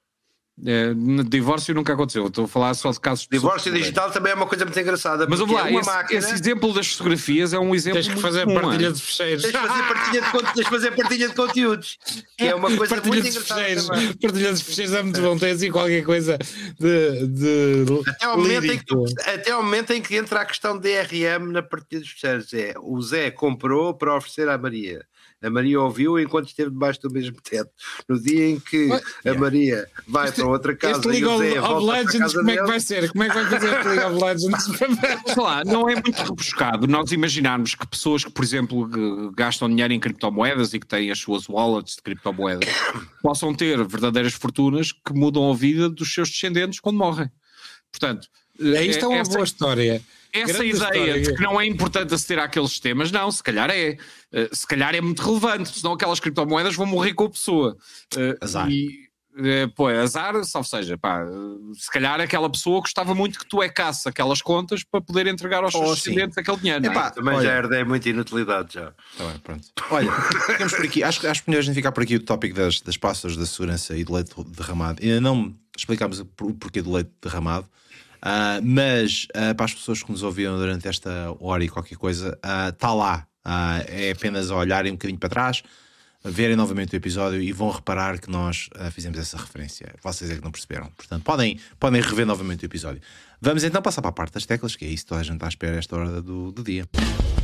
É, divórcio nunca aconteceu, estou a falar só de casos de divórcio digital também é uma coisa muito engraçada. Mas vamos lá, uma esse, máquina... esse exemplo das fotografias é um exemplo. Tens que fazer comum, partilha é? de fecheiros. Tens de fazer partilha de, tens de, fazer partilha de conteúdos, que é uma coisa partilha muito de engraçada fecheiros. também. Partilha de fecheiros é muito bom, tem assim qualquer coisa de, de até, ao momento em que tu, lírico. até ao momento em que entra a questão de D R M na partilha dos fecheiros. É, o Zé comprou para oferecer à Maria. A Maria ouviu enquanto esteve debaixo do mesmo teto. No dia em que What? a Maria vai este, para outra casa este League e o Zé of volta Legends, para a casa como é que dele. vai ser? Como é que vai fazer este League of Legends? Sei lá, não é muito rebuscado nós imaginarmos que pessoas que, por exemplo, gastam dinheiro em criptomoedas e que têm as suas wallets de criptomoedas possam ter verdadeiras fortunas que mudam a vida dos seus descendentes quando morrem. Portanto, é, isto é uma essa, boa história. Essa Grande ideia história. de que não é importante aceder àqueles temas, não, se calhar é. Uh, se calhar é muito relevante, senão aquelas criptomoedas vão morrer com a pessoa. Uh, azar. E, uh, pô, é azar, salvo seja, pá, uh, se calhar aquela pessoa gostava muito que tu ecasse aquelas contas para poder entregar aos seus oh, descendentes aquele dinheiro. Epá, não é? também olha, já herdei muita inutilidade já. Tá bem, pronto. Olha, ficamos por aqui. Acho, acho que melhor a gente ficar por aqui o tópico das, das pastas da segurança e do leite derramado. Ainda não explicámos o porquê do leite derramado. Uh, mas uh, para as pessoas que nos ouviram durante esta hora e qualquer coisa, está uh, lá. Uh, é apenas a olharem um bocadinho para trás, verem novamente o episódio e vão reparar que nós uh, fizemos essa referência. Vocês é que não perceberam. Portanto, podem, podem rever novamente o episódio. Vamos então passar para a parte das teclas, que é isso que toda a gente está à espera a esta hora do, do dia.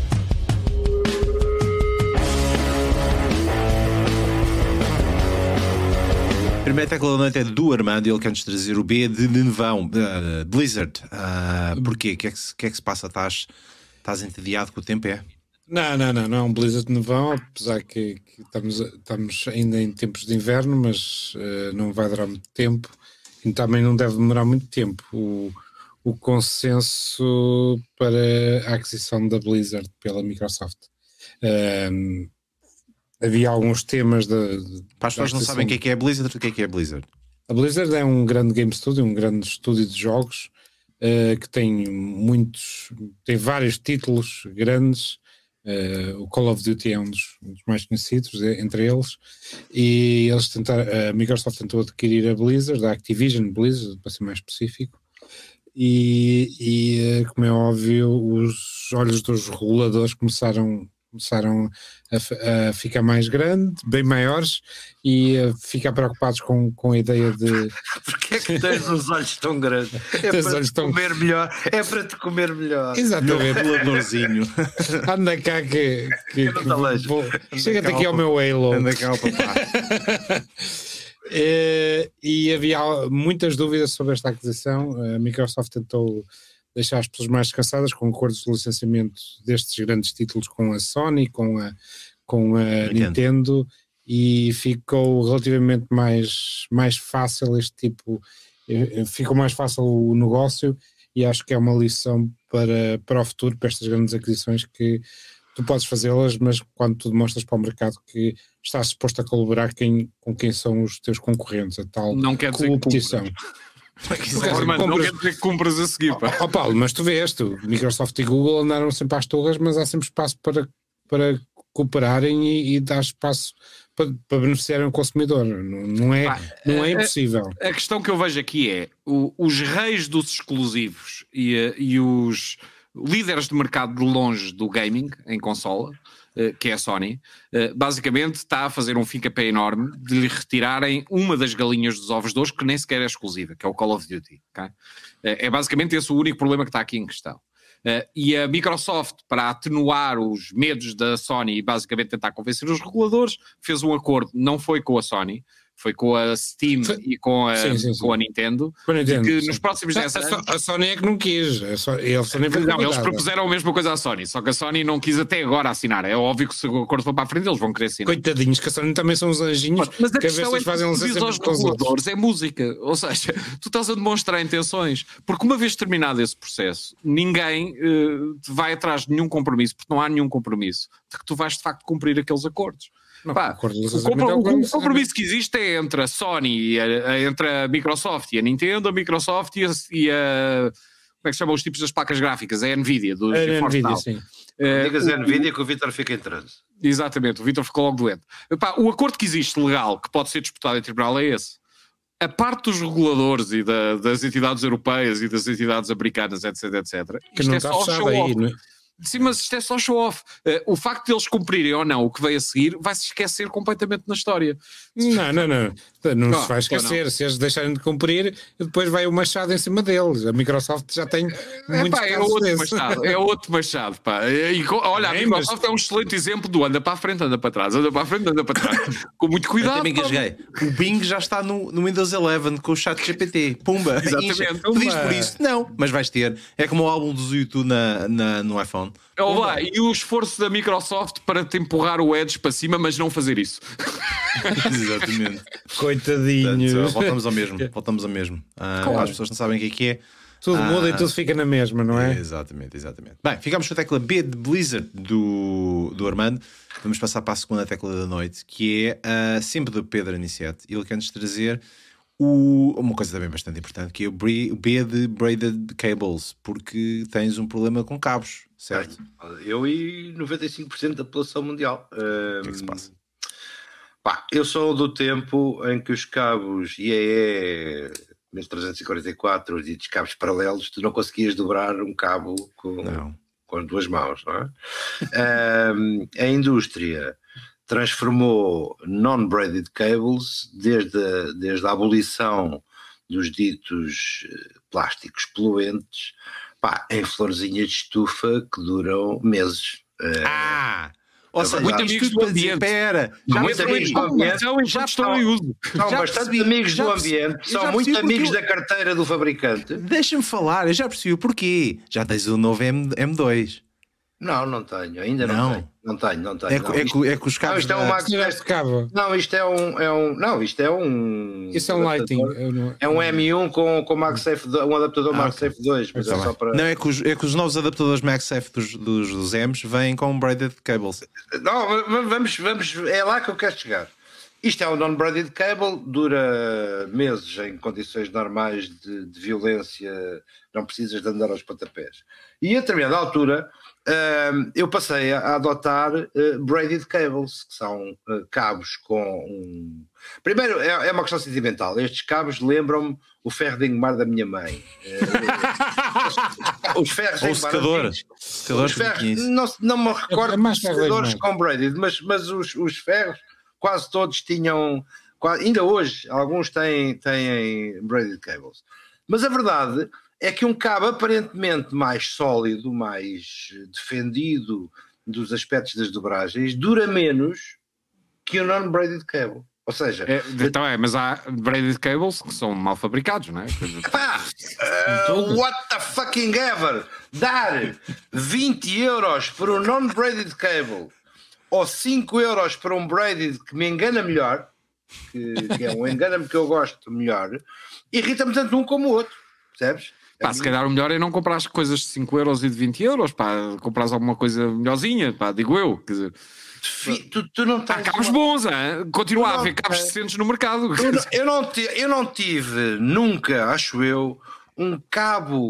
A primeira tecla da noite é do Armando, ele quer-nos trazer o B de Nevão, uh, Blizzard. Uh, porquê? O que, é que, que é que se passa? Estás, estás entediado com o tempo, é? Não, não, não, não é um Blizzard de Nevão, apesar que, que estamos, estamos ainda em tempos de inverno, mas uh, não vai durar muito tempo e também não deve demorar muito tempo. O, o consenso para a aquisição da Blizzard pela Microsoft. Um, havia alguns temas de, de para as pessoas não sabem o que é que é a Blizzard, o que é que é a Blizzard? A Blizzard é um grande game studio, um grande estúdio de jogos uh, que tem muitos, tem vários títulos grandes. Uh, o Call of Duty é um dos, um dos mais conhecidos entre eles, e eles tentaram, a Microsoft tentou adquirir a Blizzard, a Activision Blizzard para ser mais específico, e, e como é óbvio os olhos dos reguladores começaram começaram a, a ficar mais grandes, bem maiores, e a ficar preocupados com, com a ideia de... Porquê é que tens os olhos tão grandes? É para te tão... comer melhor. É para te comer melhor. Exatamente. Reguladorzinho. Anda cá que... que, que vou... Chega-te aqui ao meu Halo. Anda cá ao papá. e, e havia muitas dúvidas sobre esta aquisição. A Microsoft tentou deixar as pessoas mais descansadas com acordos de licenciamento destes grandes títulos com a Sony, com a, com a Nintendo. Nintendo, e ficou relativamente mais, mais fácil este tipo, ficou mais fácil o negócio, e acho que é uma lição para, para o futuro, para estas grandes aquisições, que tu podes fazê-las, mas quando tu demonstras para o mercado que estás disposto a colaborar quem, com quem são os teus concorrentes, a tal não quer dizer competição. Forma, não quer dizer que compras a seguir, pá. Oh, oh, Paulo, mas tu vês, tu, Microsoft e Google andaram sempre às torres, mas há sempre espaço para, para cooperarem e, e dar espaço para, para beneficiarem o consumidor. Não, não, é, pá, não é impossível. A, a questão que eu vejo aqui é o, os reis dos exclusivos e, e os líderes de mercado de longe do gaming em consola que é a Sony, basicamente está a fazer um fica-pé enorme de lhe retirarem uma das galinhas dos ovos de ouro que nem sequer é exclusiva, que é o Call of Duty. Okay? É basicamente esse o único problema que está aqui em questão. E a Microsoft, para atenuar os medos da Sony e basicamente tentar convencer os reguladores, fez um acordo, não foi com a Sony, foi com a Steam foi. e com a, sim, sim, sim. Com a Nintendo, com a Nintendo que sim. nos próximos dez anos... A, a Sony é que não quis, a Sony, a Sony foi não, eles propuseram a mesma coisa à Sony, só que a Sony não quis até agora assinar. É óbvio que se o acordo for para a frente eles vão querer assinar. Coitadinhos, que a Sony também são uns anjinhos. Mas a questão é que fazem os reguladores é música, ou seja, tu estás a demonstrar intenções, porque uma vez terminado esse processo, ninguém uh, vai atrás de nenhum compromisso, porque não há nenhum compromisso de que tu vais de facto cumprir aqueles acordos. Não, Pá, o, o, o compromisso que existe é entre a Sony, e a, entre a Microsoft e a Nintendo, a Microsoft e a, e a como é que se chamam os tipos das placas gráficas? A Nvidia. Do a Nvidia, sim. Uh, Digas a Nvidia que o Vítor fica em transe. Exatamente, o Vítor ficou logo doente. Pá, o acordo que existe legal, que pode ser disputado em tribunal, é esse. A parte dos reguladores e da, das entidades europeias e das entidades americanas, etc, etcétera. Que não é está fechado aí, não é? Sim, mas isto é só show-off. Uh, o facto de eles cumprirem ou não o que veio a seguir vai-se esquecer completamente na história. Não, não, não. Não, não se vai esquecer. Se eles deixarem de cumprir, depois vai o machado em cima deles. A Microsoft já tem é, muitos pá, é outro machado. É outro machado. Pá. E, olha, a Microsoft mas... é um excelente exemplo do anda para a frente, anda para trás, anda para a frente, anda para trás. Com muito cuidado. Eu também o Bing já está no, no Windows onze com o chat G P T. Pumba. Exatamente. Pedis por isso? Não, mas vais ter. É como o álbum do YouTube na, na, no iPhone. Olá, e o esforço da Microsoft para te empurrar o Edge para cima, mas não fazer isso. Exatamente. Coitadinho. Portanto, voltamos ao mesmo. Voltamos ao mesmo. Ah, claro. As pessoas não sabem o que é que é. Tudo ah, muda e tudo fica na mesma, não é? Exatamente, exatamente. Bem, ficamos com a tecla B de Blizzard do, do Armando. Vamos passar para a segunda tecla da noite, que é uh, sempre do Pedro Aniceto. Ele quer-nos trazer o, uma coisa também bastante importante, que é o B de Braided Cables, porque tens um problema com cabos, certo? Eu e noventa e cinco por cento da população mundial. O que é que se passa? Pá, eu sou do tempo em que os cabos I E E mil trezentos e quarenta e quatro e os cabos paralelos, tu não conseguias dobrar um cabo com, com as duas mãos, não é? um, a indústria transformou non-braided cables desde a, desde a abolição dos ditos plásticos poluentes, pá, em florzinhas de estufa que duram meses. Ah! Ou seja, muito amigos do ambiente. Espera, já muito amigos do ambiente. Já estão em uso. São bastante amigos do ambiente. São muito amigos da carteira do fabricante. Deixa-me falar, eu já percebi o porquê. Já tens o novo M dois. Não, não tenho, ainda não, não tenho. Não tenho, não tenho. É, não. É, Isto, é que os cabos. Não, isto é um MagSafe. Cabo. Não, isto é um, é um. Não, isto é um. Isso é um lighting. É um M um com, com MagSafe, um adaptador ah, MagSafe okay. dois. Mas é só para... Não, é que, os, é que os novos adaptadores MagSafe dos, dos, dos M's vêm com braided cables. Não, vamos, vamos. É lá que eu quero chegar. Isto é um non-braided cable, dura meses em condições normais de, de violência, não precisas de andar aos pontapés. E a determinada altura uh, eu passei a adotar uh, braided cables, que são uh, cabos com um... Primeiro, é, é uma questão sentimental. Estes cabos lembram-me o ferro de engomar da minha mãe. Uh, os ferros Ou o secador. Os ferros, não, não me recordo é dos secadores com braided, mas, mas os, os ferros quase todos tinham, quase, ainda hoje, alguns têm, têm braided cables. Mas a verdade é que um cabo aparentemente mais sólido, mais defendido dos aspectos das dobragens, dura menos que o non-braided cable. Ou seja... É, então é, mas há braided cables que são mal fabricados, não é? Pá, uh, what the fucking ever! Dar vinte euros por um non-braided cable ou cinco euros para um braided que me engana melhor, que, que é um engana-me que eu gosto melhor, irrita-me tanto um como o outro, percebes? Pá, se calhar o melhor é não comprar coisas de cinco euros e de vinte euros, pá, comprar alguma coisa melhorzinha, pá, digo eu, quer dizer... Tu, tu não tens há cabos uma... bons, hein? Continua a haver cabos decentes no mercado. Eu não, eu, não tive, eu não tive nunca, acho eu, um cabo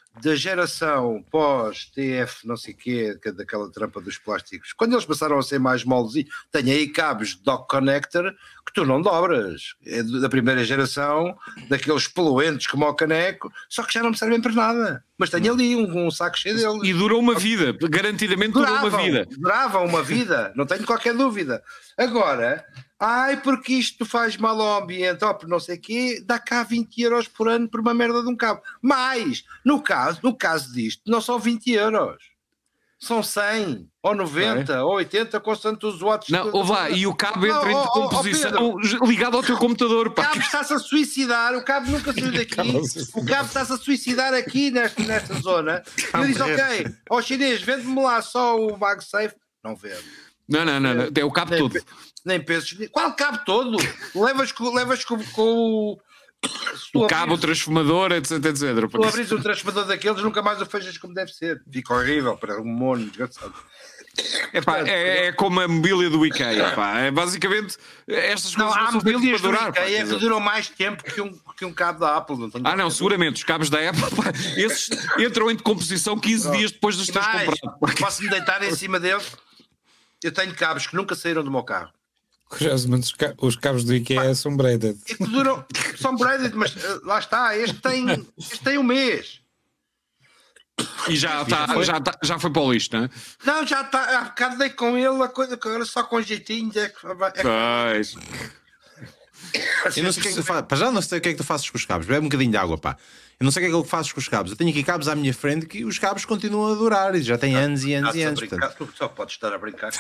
da geração pós-T F, não sei o quê, daquela trampa dos plásticos, quando eles passaram a ser mais moles, tem aí cabos de dock connector que tu não dobras. É da primeira geração, daqueles poluentes como o caneco, só que já não me servem para nada. Mas tenho ali um, um saco cheio deles. E durou uma vida, garantidamente durou Duravam, uma vida. Duravam uma vida, não tenho qualquer dúvida. Agora, ai, porque isto faz mal ao ambiente, ou por não sei o quê, dá cá vinte euros por ano por uma merda de um cabo. Mas, no caso, no caso disto, não são vinte euros. São cem, ou noventa, é. ou oitenta, constante os watts. Não, ou vá, e o cabo entra em decomposição ligado ao teu computador. Pá. O cabo está-se a suicidar, o cabo nunca saiu daqui, o cabo está-se a suicidar aqui nesta, nesta zona. E eu disse, ok, ó chinês, vende-me lá só o MagSafe. Não vende. Não, não, não, não, é o cabo nem, todo. Nem penses, qual cabo todo? levas com, levas com, com o... O cabo, o transformador, etc, etcétera. Tu abris um transformador daqueles, nunca mais o feijas como deve ser. Fica horrível, para um mono desgraçado. É, pá, é, é como a mobília do IKEA. Pá. É basicamente estas não, coisas há não mobílias durar, do IKEA que duram mais tempo que um, que um cabo da Apple. Não ah, não, seguramente. Os cabos da Apple, pá, esses entram em decomposição quinze Pronto. dias depois de os teres comprado. Posso-me deitar em cima deles? Eu tenho cabos que nunca saíram do meu carro. Curiosamente, os cabos do IKEA Pá, são braided. É que duram, são braided, mas uh, lá está, este tem, este tem um mês. E já, tá, já, já, tá, já foi para o lixo, não é? Não, já está. Há bocado dei com ele, a coisa agora só com jeitinhos. É que, é que... Eu não sei o que é que tu fazes. Para já não sei o que é que tu fazes com os cabos. Bebe um bocadinho de água, pá. Eu não sei o que é que fazes com os cabos. Eu tenho aqui cabos à minha frente que os cabos continuam a durar e já têm anos e anos e anos. Tu só podes estar a brincar.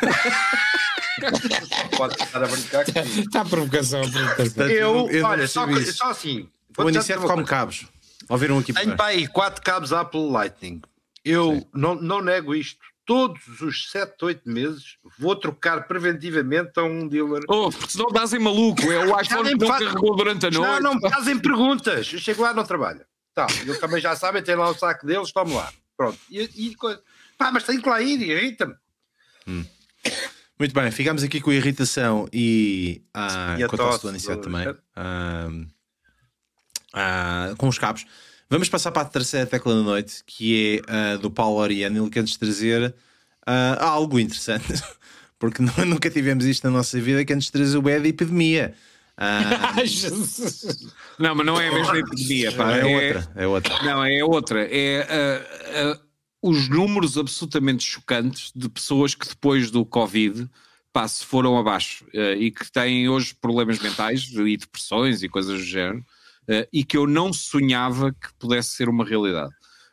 Pode estar a brincar. Está a provocação, a provocação. Eu, eu olha, só, só assim. O Aniceto come cabos. Ouviram aqui? Tenho para aí quatro cabos Apple Lightning. Eu não, não nego isto. Todos os sete, oito meses vou trocar preventivamente a um dealer. Oh, porque senão dás em maluco. É o iPhone que não faz... carregou durante a noite. Não, não me fazem perguntas. Eu chego lá e não trabalho. Tá, eles também já sabem, tem lá o saco deles, tomo lá. Pronto. E, e coisa. Pá, mas tenho que lá ir, irrita-me. Hum. Muito bem, ficamos aqui com a irritação e, ah, e a com a tosse do Aniceto também. Ah, ah, com os cabos. Vamos passar para a terceira tecla da noite, que é uh, do Paulo Oriano. Ele quer nos trazer uh, algo interessante, porque não, nunca tivemos isto na nossa vida, quer nos trazer o B da epidemia. Uh... não, mas não é a mesma epidemia, pá. É, é outra, é outra. Não, é outra. É uh, uh, os números absolutamente chocantes de pessoas que depois do Covid pá, se foram abaixo uh, e que têm hoje problemas mentais e depressões e coisas do género. Uh, e que eu não sonhava que pudesse ser uma realidade.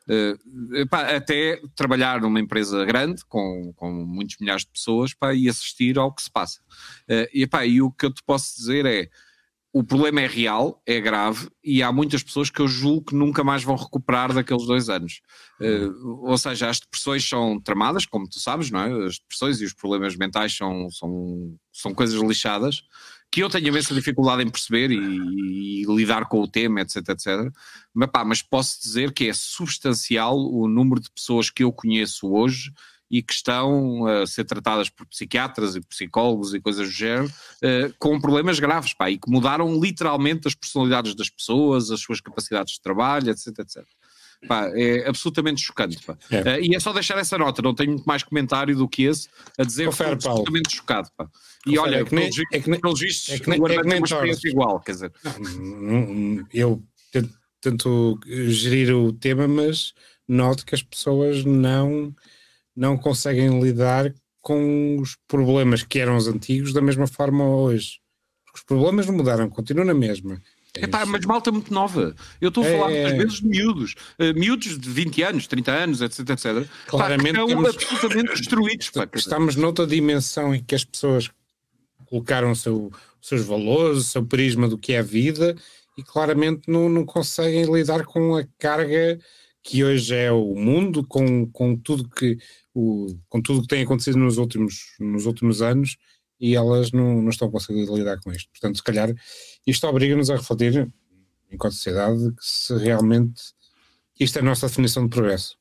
Uh, pá, até trabalhar numa empresa grande, com, com muitos milhares de pessoas, pá, e assistir ao que se passa. Uh, e, pá, e o que eu te posso dizer é, o problema é real, é grave, e há muitas pessoas que eu julgo que nunca mais vão recuperar daqueles dois anos. Uh, ou seja, as depressões são tramadas, como tu sabes, não é? As depressões e os problemas mentais são, são, são coisas lixadas, que eu tenho imensa dificuldade em perceber e, e lidar com o tema, etc, etcétera. Mas, pá, mas posso dizer que é substancial o número de pessoas que eu conheço hoje e que estão a ser tratadas por psiquiatras e psicólogos e coisas do género, uh, com problemas graves, pá, e que mudaram literalmente as personalidades das pessoas, as suas capacidades de trabalho, etc, etcétera. Pá, é absolutamente chocante, pá. É. Uh, e é só deixar essa nota, não tenho muito mais comentário do que esse a dizer Confere, que estou absolutamente chocado, pá. E Confere, olha, é que nem, pelos, é que nem, pelos vistos, é que nem, o Armando é que tem uma experiência igual, quer dizer. Não, eu tento, tento gerir o tema, mas noto que as pessoas não, não conseguem lidar com os problemas que eram os antigos da mesma forma hoje. Os problemas não mudaram, continuam na mesma. É pá, mas malta muito nova. Eu estou a falar é, muitas vezes de miúdos, uh, miúdos de vinte anos, trinta anos, etc, etcétera. Claramente pá, que estamos, absolutamente destruídos. Pá, estamos noutra dimensão em que as pessoas colocaram o seu, os seus valores, o seu prisma do que é a vida e claramente não, não conseguem lidar com a carga que hoje é o mundo, com, com, tudo, que, o, com tudo que tem acontecido nos últimos, nos últimos anos. E elas não, não estão conseguindo lidar com isto. Portanto, se calhar, isto obriga-nos a refletir, enquanto sociedade, que se realmente isto é a nossa definição de progresso.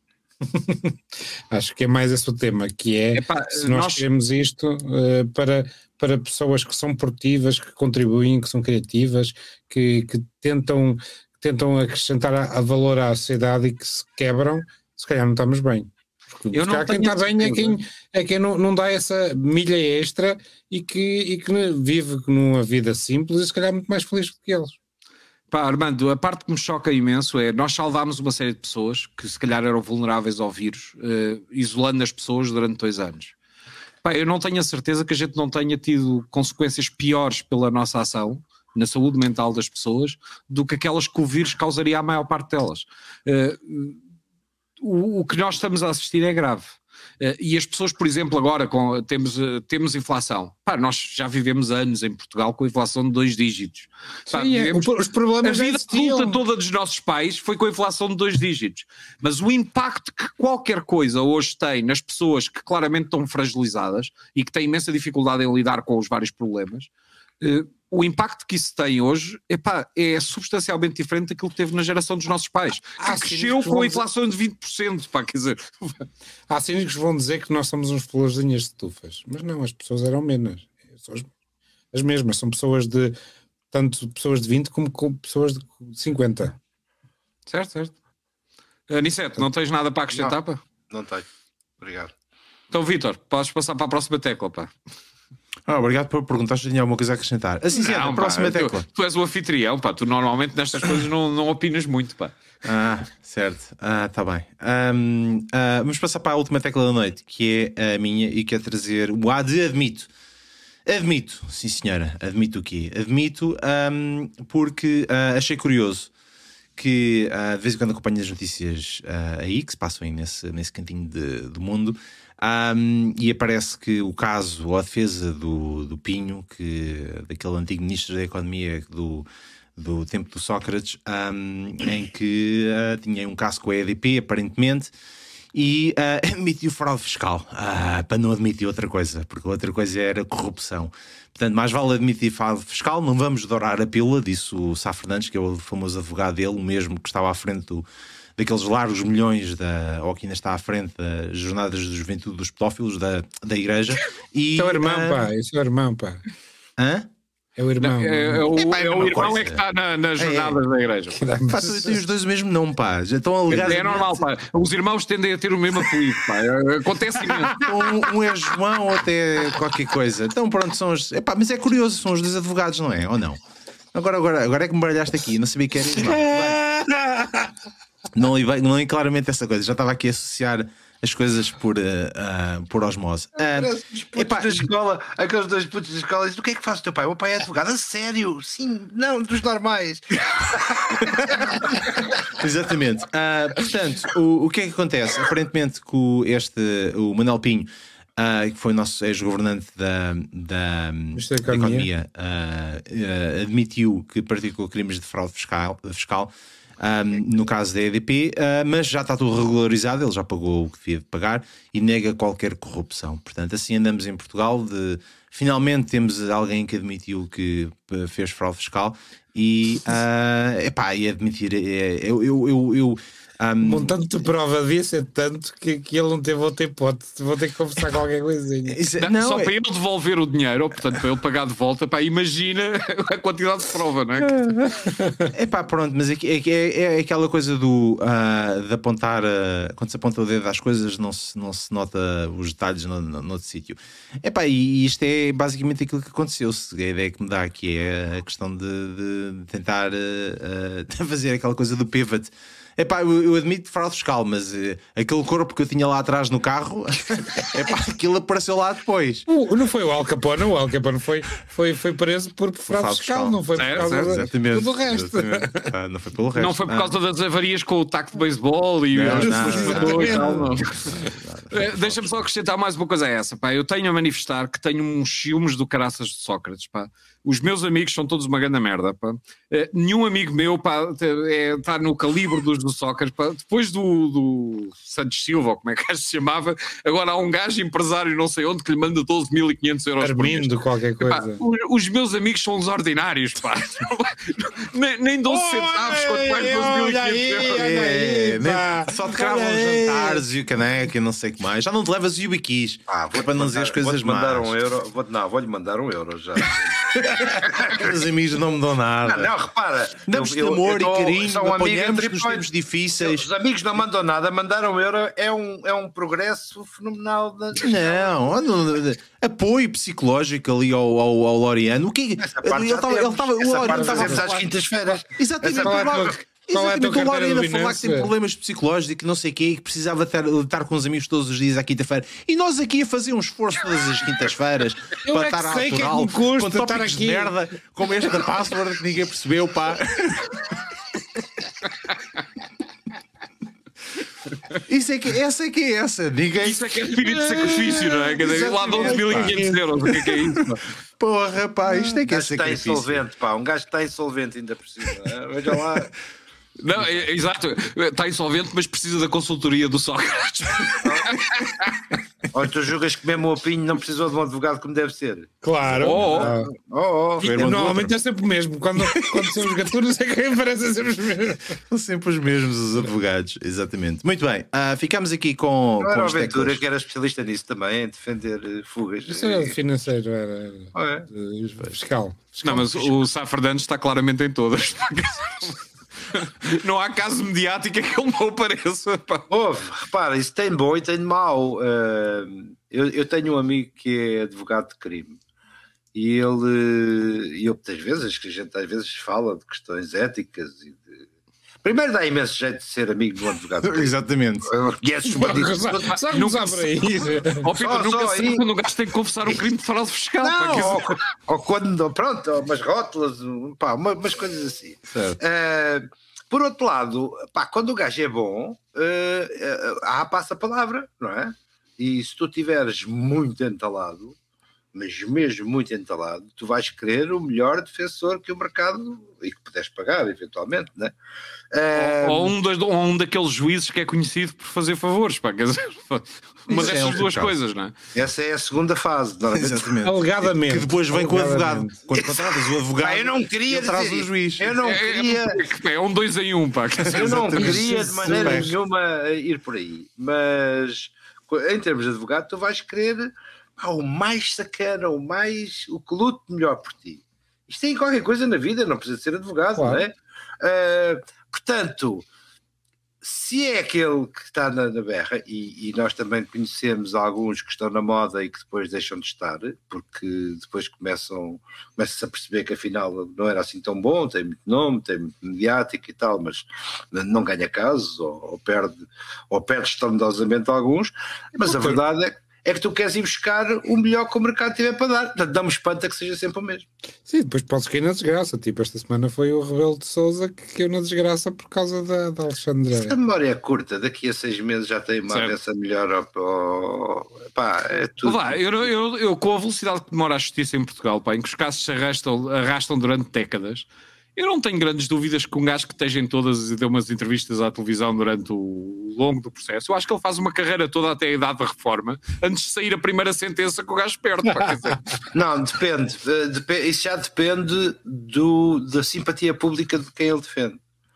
Acho que é mais esse o tema, que é, Epá, se nós, nós queremos isto uh, para, para pessoas que são produtivas, que contribuem, que são criativas, que, que tentam, tentam acrescentar a, a valor à sociedade e que se quebram, se calhar não estamos bem. Porque, Eu se não calhar quem tenho está bem é certeza. quem, é quem não, não dá essa milha extra e que, e que vive numa vida simples e se calhar muito mais feliz do que eles. Pá, Armando, a parte que me choca imenso é nós salvámos uma série de pessoas que se calhar eram vulneráveis ao vírus, uh, isolando as pessoas durante dois anos. Pá, eu não tenho a certeza que a gente não tenha tido consequências piores pela nossa ação na saúde mental das pessoas do que aquelas que o vírus causaria à maior parte delas. Uh, o, o que nós estamos a assistir é grave. Uh, e as pessoas, por exemplo, agora com, temos, uh, temos inflação. Pá, nós já vivemos anos em Portugal com inflação de dois dígitos. Pá, Sim, é, vivemos, os problemas a já vida existiam. adulta toda dos nossos pais foi com a inflação de dois dígitos. Mas o impacto que qualquer coisa hoje tem nas pessoas que claramente estão fragilizadas e que têm imensa dificuldade em lidar com os vários problemas, uh, o impacto que isso tem hoje epá, é substancialmente diferente daquilo que teve na geração dos nossos pais, que Ah, cresceu sim, com a inflação de vinte por cento, pá, quer dizer... Há cínicos que vão dizer que nós somos uns florzinhas de tufas, mas não, as pessoas eram menos. São as, as mesmas, são pessoas de tanto pessoas de vinte como, como pessoas de cinquenta. Certo, certo. Aniceto, não tens nada para acrescentar, Não. pá? Não tenho. Obrigado. Então, Vítor, podes passar para a próxima tecla, pá. Ah, obrigado por perguntar se tinha alguma coisa a acrescentar. Assim sendo, a Não, próxima pá, tecla. Tu, tu és o anfitrião, pá. Tu normalmente nestas coisas não, não opinas muito, pá. Ah, certo. Ah, tá bem. Um, ah, vamos passar para a última tecla da noite, que é a minha e quer trazer o A de admito. Admito, sim senhora. Admito o quê? Admito um, porque ah, achei curioso que ah, de vez em quando acompanho as notícias ah, aí que se passam aí nesse, nesse cantinho de, do mundo. Um, e aparece que o caso ou a defesa do, do Pinho, que, daquele antigo ministro da Economia do, do tempo do Sócrates, um, em que uh, tinha um caso com a E D P, aparentemente, e uh, admitiu fraude fiscal, uh, para não admitir outra coisa, porque outra coisa era corrupção. Portanto, mais vale admitir fraude fiscal, não vamos dourar a pílula, disse o Sá Fernandes, que é o famoso advogado dele, o mesmo que estava à frente do daqueles largos milhões, da, ou que ainda está à frente das jornadas de juventude dos pedófilos da, da igreja. E, Isso é o irmão, uh, pá. Isso é o irmão, pá. Hã? É o irmão. É, é o, Epá, é a é o mesma irmão coisa. é que está na, nas jornadas É. da igreja. Pá, tem os dois o mesmo nome, pá. Já estão a ligar. É normal, pá. Os irmãos tendem a ter o mesmo apelido, pá. Acontece imenso. Um, um é João ou até qualquer coisa. Então pronto, são os. Epá, mas é curioso, são os dois advogados, não é? Ou não? Agora, agora, agora é que me baralhaste aqui, não sabia que era irmão. Não li, não li claramente essa coisa, já estava aqui a associar as coisas por, uh, uh, por osmose. Uh, Os putos epá, da escola, aqueles dois putos da escola dizem: o que é que faz o teu pai? O meu pai é advogado. A sério? Sim, não, dos normais. Exatamente. Uh, portanto, o, o que é que acontece? Aparentemente, com este, o Manuel Pinho, uh, que foi o nosso ex-governante da, da, Ministro da da Economia. Economia, uh, uh, admitiu que praticou crimes de fraude fiscal. fiscal Um, no caso da E D P, uh, mas já está tudo regularizado, ele já pagou o que devia de pagar e nega qualquer corrupção. Portanto, assim andamos em Portugal. De, finalmente temos alguém que admitiu que fez fraude fiscal e, uh, epá, e admitir. É, eu, eu, eu, eu um, O montante de prova disso é tanto que, que ele não teve outra hipótese. Vou ter que conversar com qualquer coisinha. isso- Não, não, só é- para ele devolver o dinheiro, ou portanto para ele pagar de volta, pá, imagina a quantidade de prova, não é? É pá, pronto, mas é, que- é, que- é, é aquela coisa do ah, de apontar, ah, quando se aponta o dedo às coisas, não se, não se nota os detalhes no, no, noutro sítio. É pá, e isto é basicamente aquilo que aconteceu. A ideia que me dá aqui é a questão de, de tentar ah, ah, fazer aquela coisa do pivot. É pá, eu, eu admito fraude fiscal, mas uh, aquele corpo que eu tinha lá atrás no carro, é pá, aquilo apareceu lá depois. O- não foi o Al Capone, o Al Capone foi, foi, foi preso por fraude fraude fiscal, fiscal. não foi Certo, por causa certo, de Exatamente. tudo o resto. Exatamente. Ah, não foi pelo resto. Não foi por Ah. causa das avarias com o taco de beisebol e Não, os não, pessoas e tal, não. não. Eh, Deixa-me só acrescentar mais uma coisa a essa, pá. Eu tenho a manifestar que tenho uns ciúmes do caraças de Sócrates, pá. Os meus amigos são todos uma grande merda, pá. Eh, nenhum amigo meu, pá, está no calibre dos do Sócrates, pá. Depois do, do Santos Silva, ou como é que gajo se chamava, agora há um gajo empresário não sei onde que lhe manda doze mil e quinhentos euros por mês. Armindo, qualquer Pá, coisa. os, os meus amigos são os ordinários, pá. nem, nem doze centavos, quanto mais doze mil e quinhentos euros. É, nem- pá. só te cravam Olha os aí. jantares e o caneco e não sei o que mais. Já não te levas o Yubiquis. Ah, é para não dizer as coisas vou-te mandar más. um euro. Vou, não, vou-lhe mandar um euro já. Os amigos não me dão nada. Não, não repara. Damos-te eu- eu- amor eu e tô- carinho, são um amigo apanhamos entre nos nós. tempos difíceis. Os amigos não mandam nada, mandaram euro é um, é um progresso fenomenal. Da... Não, não, apoio psicológico ali ao, ao, ao Loriano. O que Essa parte ele já estava, ele temos. estava, o Essa Loriano parte estava a fazemos às falar- quintas-feiras. Exatamente, Essa Qual é a provável- tua- qual é a tua exatamente, o carteira Loriano do a falar que tem Binance? problemas psicológicos e não sei o quê, que precisava estar, estar com os amigos todos os dias à quinta-feira. E nós aqui a fazer um esforço todas as quintas-feiras Eu para é que estar a sei que é que atural me custa com estar tópicos de aqui. merda como este da password que ninguém percebeu, pá. Isso é que, essa é que é essa. Ninguém. Isso é que é espírito de sacrifício, não é? Quer dizer, lá de onze mil e quinhentos euros. O que é que é isso? pá? Porra, pá, isto é Um que é gajo que está sacrifício. insolvente, pá. Um gajo que está insolvente ainda por cima. eh? Veja lá. Não, é- exato. Está insolvente, mas precisa da consultoria do Sócrates. Ou tu julgas que mesmo o Pinho não precisou de um advogado como deve ser? Claro. Oh, oh. Ah. Oh, oh. E, normalmente é sempre o mesmo. Quando, quando são os gatunos é que aparecem sempre os mesmos. São sempre os mesmos os advogados, exatamente. Muito bem, ah, ficamos aqui com, Não era com o os Ventura teclas. que era especialista nisso também, em defender eh, fugas. Isso era financeiro, era, era Oh, é? eh, fiscal. Não, mas o Sá Fernandes está claramente em todas. Não há caso mediático em que ele não apareça. Pá. Houve, repara, isso tem bom e tem de mau. Uh, eu, eu tenho um amigo que é advogado de crime e ele, e eu muitas vezes, que a gente às vezes fala de questões éticas e de... Primeiro dá imenso jeito de ser amigo de um advogado de crime. Exatamente. Conheces os bandidos. Só, só Nunca começar por aí. Ó, Pedro, Só- nunca só se sabe aí. quando o gajo tem que confessar um crime de fraude fiscal. pá, Não, quer dizer, ou, ou quando, pronto, umas rótulas, um, pá, uma- umas coisas assim. Certo. Uh, por outro lado, pá, quando o gajo é bom, uh, uh, há passa a palavra, não é? E se tu tiveres muito entalado, mas mesmo muito entalado, tu vais querer o melhor defensor que o mercado e que puderes pagar, eventualmente, não é? Uh, Ou um, das- ou um daqueles juízes que é conhecido por fazer favores. Pá, quer dizer, uma Isso é dessas um duas caso. coisas, não é? essa é a segunda fase. normalmente. Exatamente. Alegadamente. Que depois vem com o advogado. Alegadamente. Quando contratas o advogado, Pá, eu não queria ele traz dizer o isso. juiz. Eu não É, queria... é, é um dois em um, pá. quer dizer, Eu não Exatamente. queria de maneira Super. nenhuma ir por aí, mas em termos de advogado, tu vais querer pá, o mais sacana, o mais o que lute melhor por ti. Isto tem qualquer coisa na vida, não precisa ser advogado, Claro. não é? Ah, portanto, se é aquele que está na, na berra, e, e nós também conhecemos alguns que estão na moda e que depois deixam de estar, porque depois começam, começam-se a perceber que afinal não era assim tão bom, tem muito nome, tem muito mediático e tal, mas não ganha casos, ou, ou perde, ou perde estrondosamente alguns, mas a verdade é, é que tu queres ir buscar o melhor que o mercado tiver para dar. Portanto, dá-me espanta que seja sempre o mesmo. Sim, depois podes cair na desgraça. Tipo, esta semana foi o Rebelo de Sousa que caiu na desgraça por causa da, da Alexandre. Se a memória é curta, daqui a seis meses já tem uma Certo. avança melhor. Ou, ou, pá, é tudo. Vá, eu, eu, eu, com a velocidade que demora a justiça em Portugal, pá, em que os casos se arrastam, arrastam durante décadas, eu não tenho grandes dúvidas que um gajo que esteja em todas e dê umas entrevistas à televisão durante o longo do processo, eu acho que ele faz uma carreira toda até a idade da reforma, antes de sair a primeira sentença que o gajo perde. Pá, quer dizer, Não, depende. Eh, depe- Isso já depende do, da simpatia pública de quem ele defende.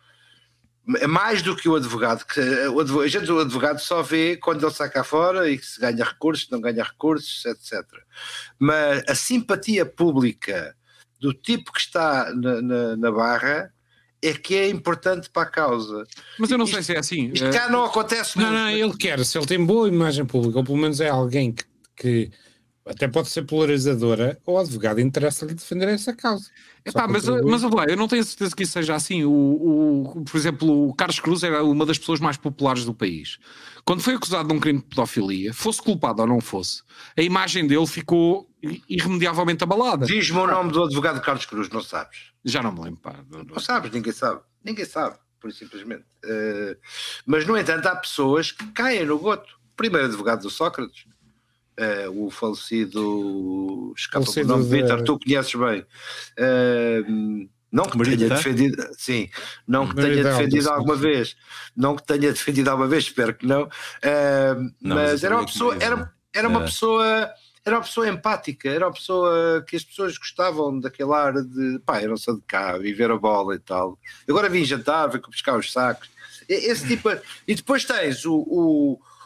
É mais do que o advogado. Que o advogado, a gente, o advogado só vê quando ele sai cá fora e que se ganha recursos, não ganha recursos, etcétera. Mas a simpatia pública do tipo que está na, na, na barra é que é importante para a causa. mas eu não Isto- sei se é assim. Isto Eh, cá não acontece Não, muito. não, ele quer. Se ele tem boa imagem pública, ou pelo menos é alguém que, que até pode ser polarizadora, o advogado interessa-lhe defender essa causa. Só Epá, mas, contribui. mas olha lá, eu não tenho certeza que isso seja assim. O, o, por exemplo, o Carlos Cruz era uma das pessoas mais populares do país. Quando foi acusado de um crime de pedofilia, fosse culpado ou não fosse, a imagem dele ficou irremediavelmente abalada. Diz-me o nome do advogado Carlos Cruz, não sabes? Já não me lembro, pá. Não sabes, ninguém sabe. Ninguém sabe, por simplesmente. Uh, mas, no entanto, há pessoas que caem no goto. O primeiro advogado do Sócrates, uh, o falecido, escapa o nome, de- Vítor, tu conheces bem. Uh, não que Marido tenha da? defendido, sim, não que Marido tenha dela, defendido sim. alguma vez, não que tenha defendido alguma vez, espero que não. Uh, Não, mas mas eu era uma sabia que pessoa, marido era, dela. era uma É. pessoa. Era uma pessoa empática, era uma pessoa que as pessoas gostavam daquele ar de pá, eu não sou de cá, viver a bola e tal. Agora vim jantar, vim buscar os sacos. E- Esse tipo. E depois tens o, o,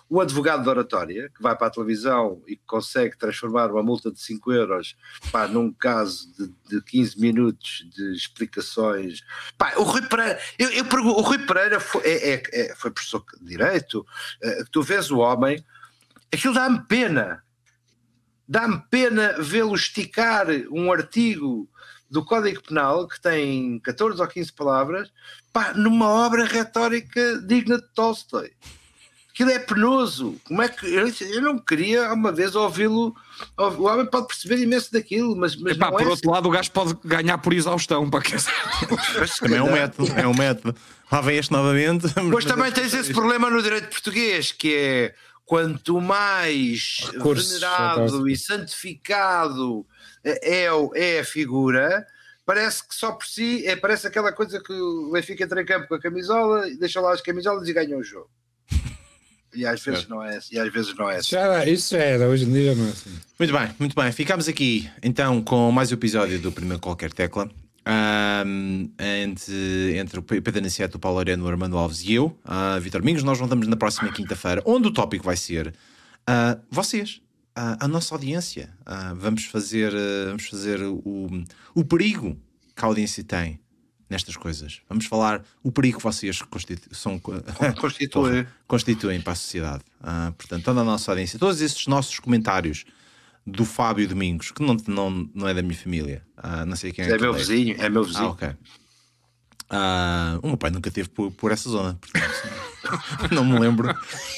o advogado de oratória, que vai para a televisão e que consegue transformar uma multa de cinco euros, pá, num caso de, de quinze minutos de explicações. Pá, o Rui Pereira, eu, eu pergunto, o Rui Pereira foi, é, é, é, foi professor de Direito, uh, tu vês o homem, aquilo dá-me pena, dá-me pena vê-lo esticar um artigo do Código Penal, que tem catorze ou quinze palavras, pá, numa obra retórica digna de Tolstói. Aquilo é penoso. Como é que eu, eu não queria uma vez ouvi-lo. O homem pode perceber imenso daquilo, mas, mas Epá, não por é outro lado, o gajo pode ganhar por exaustão. Para que... Também é um método, é um método. Lá vem este novamente. Pois também tens esse problema no direito português, que é quanto mais Recursos, venerado e santificado é, é a figura, parece que só por si é, parece aquela coisa que o Benfica entra em campo com a camisola e deixa lá as camisolas e ganha o jogo. E às vezes não é assim, e às vezes não é assim. Já era, isso já era, hoje em dia não é assim. Muito bem, muito bem. Ficamos aqui então com mais um episódio do Primeiro Qualquer Tecla. Um, entre, entre o Pedro Aniceto, o Paulo Areno, o Armando Alves e eu, uh, Vítor Domingos. Nós voltamos na próxima quinta-feira, onde o tópico vai ser uh, vocês, uh, a nossa audiência. Uh, vamos fazer, uh, vamos fazer o, o perigo que a audiência tem nestas coisas. Vamos falar o perigo que vocês constitu são, constituem. constituem para a sociedade. Uh, portanto, toda a nossa audiência, todos esses nossos comentários do Fábio Domingos, que não, não, não é da minha família, uh, não sei quem é. É meu vizinho, é meu vizinho. Ah, ok. Uh, o meu pai nunca teve por, por essa zona, portanto, não me lembro.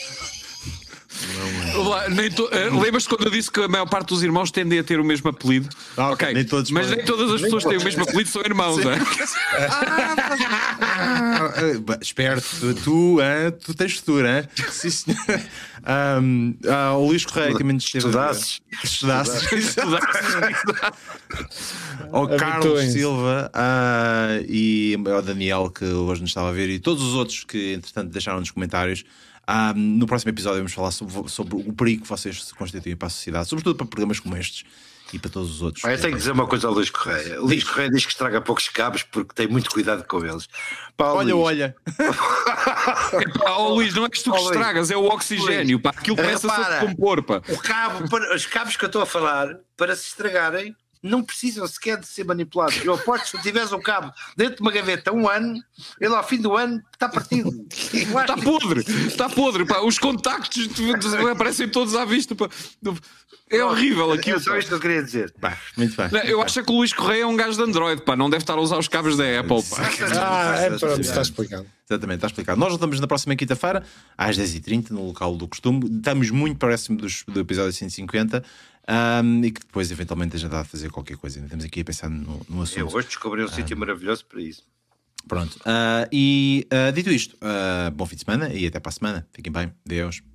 Lá, nem to... uh, Lembras-te quando eu disse que a maior parte dos irmãos tendem a ter o mesmo apelido? Ah, okay. Nem todos mas podem... nem todas as pessoas que têm o mesmo apelido são irmãos, é? ah, Espero, tu, tu, ah, tu tens futuro, hein? Sim, senhor. Um, ah, o Luís Correia que me esteve Estudasses. Estudasses. O Carlos Silva uh, e o Daniel, que hoje nos estava a ver, e todos os outros que entretanto deixaram nos comentários. Um, no próximo episódio vamos falar sobre, sobre o perigo que vocês se constituem para a sociedade, sobretudo para programas como estes e para todos os outros. Ah, eu tenho que dizer uma coisa ao Luís Correia. O Luís Correia diz que estraga poucos cabos porque tem muito cuidado com eles. Pá, olha, Luís. olha. Epá, oh, Luís, não é que tu que estragas, é o oxigênio. Pá, aquilo começa a se decompor. Pá. O cabo, para, os cabos que eu estou a falar, para se estragarem, não precisam sequer de ser manipulados. Eu aposto que se tivesse um cabo dentro de uma gaveta um ano, ele ao fim do ano está partido. Está podre, está podre. Pá. Os contactos aparecem todos à vista. Pá. É horrível aquilo. É só isto que eu queria dizer. Bah, muito bem. Eu acho que o Luís Correia é um gajo de Android. Pá. Não deve estar a usar os cabos da Apple. Pá. Ah, é, pronto, está explicado. Exatamente, está explicado. Nós voltamos na próxima quinta-feira, às dez e trinta, no local do costume. Estamos muito próximo dos, do episódio cento e cinquenta. Um, e que depois eventualmente já dá a fazer qualquer coisa. Ainda estamos aqui a pensar no, no assunto. Eu hoje descobri um ah. sítio maravilhoso para isso. Pronto, uh, e uh, dito isto, uh, bom fim de semana e até para a semana. Fiquem bem, Deus.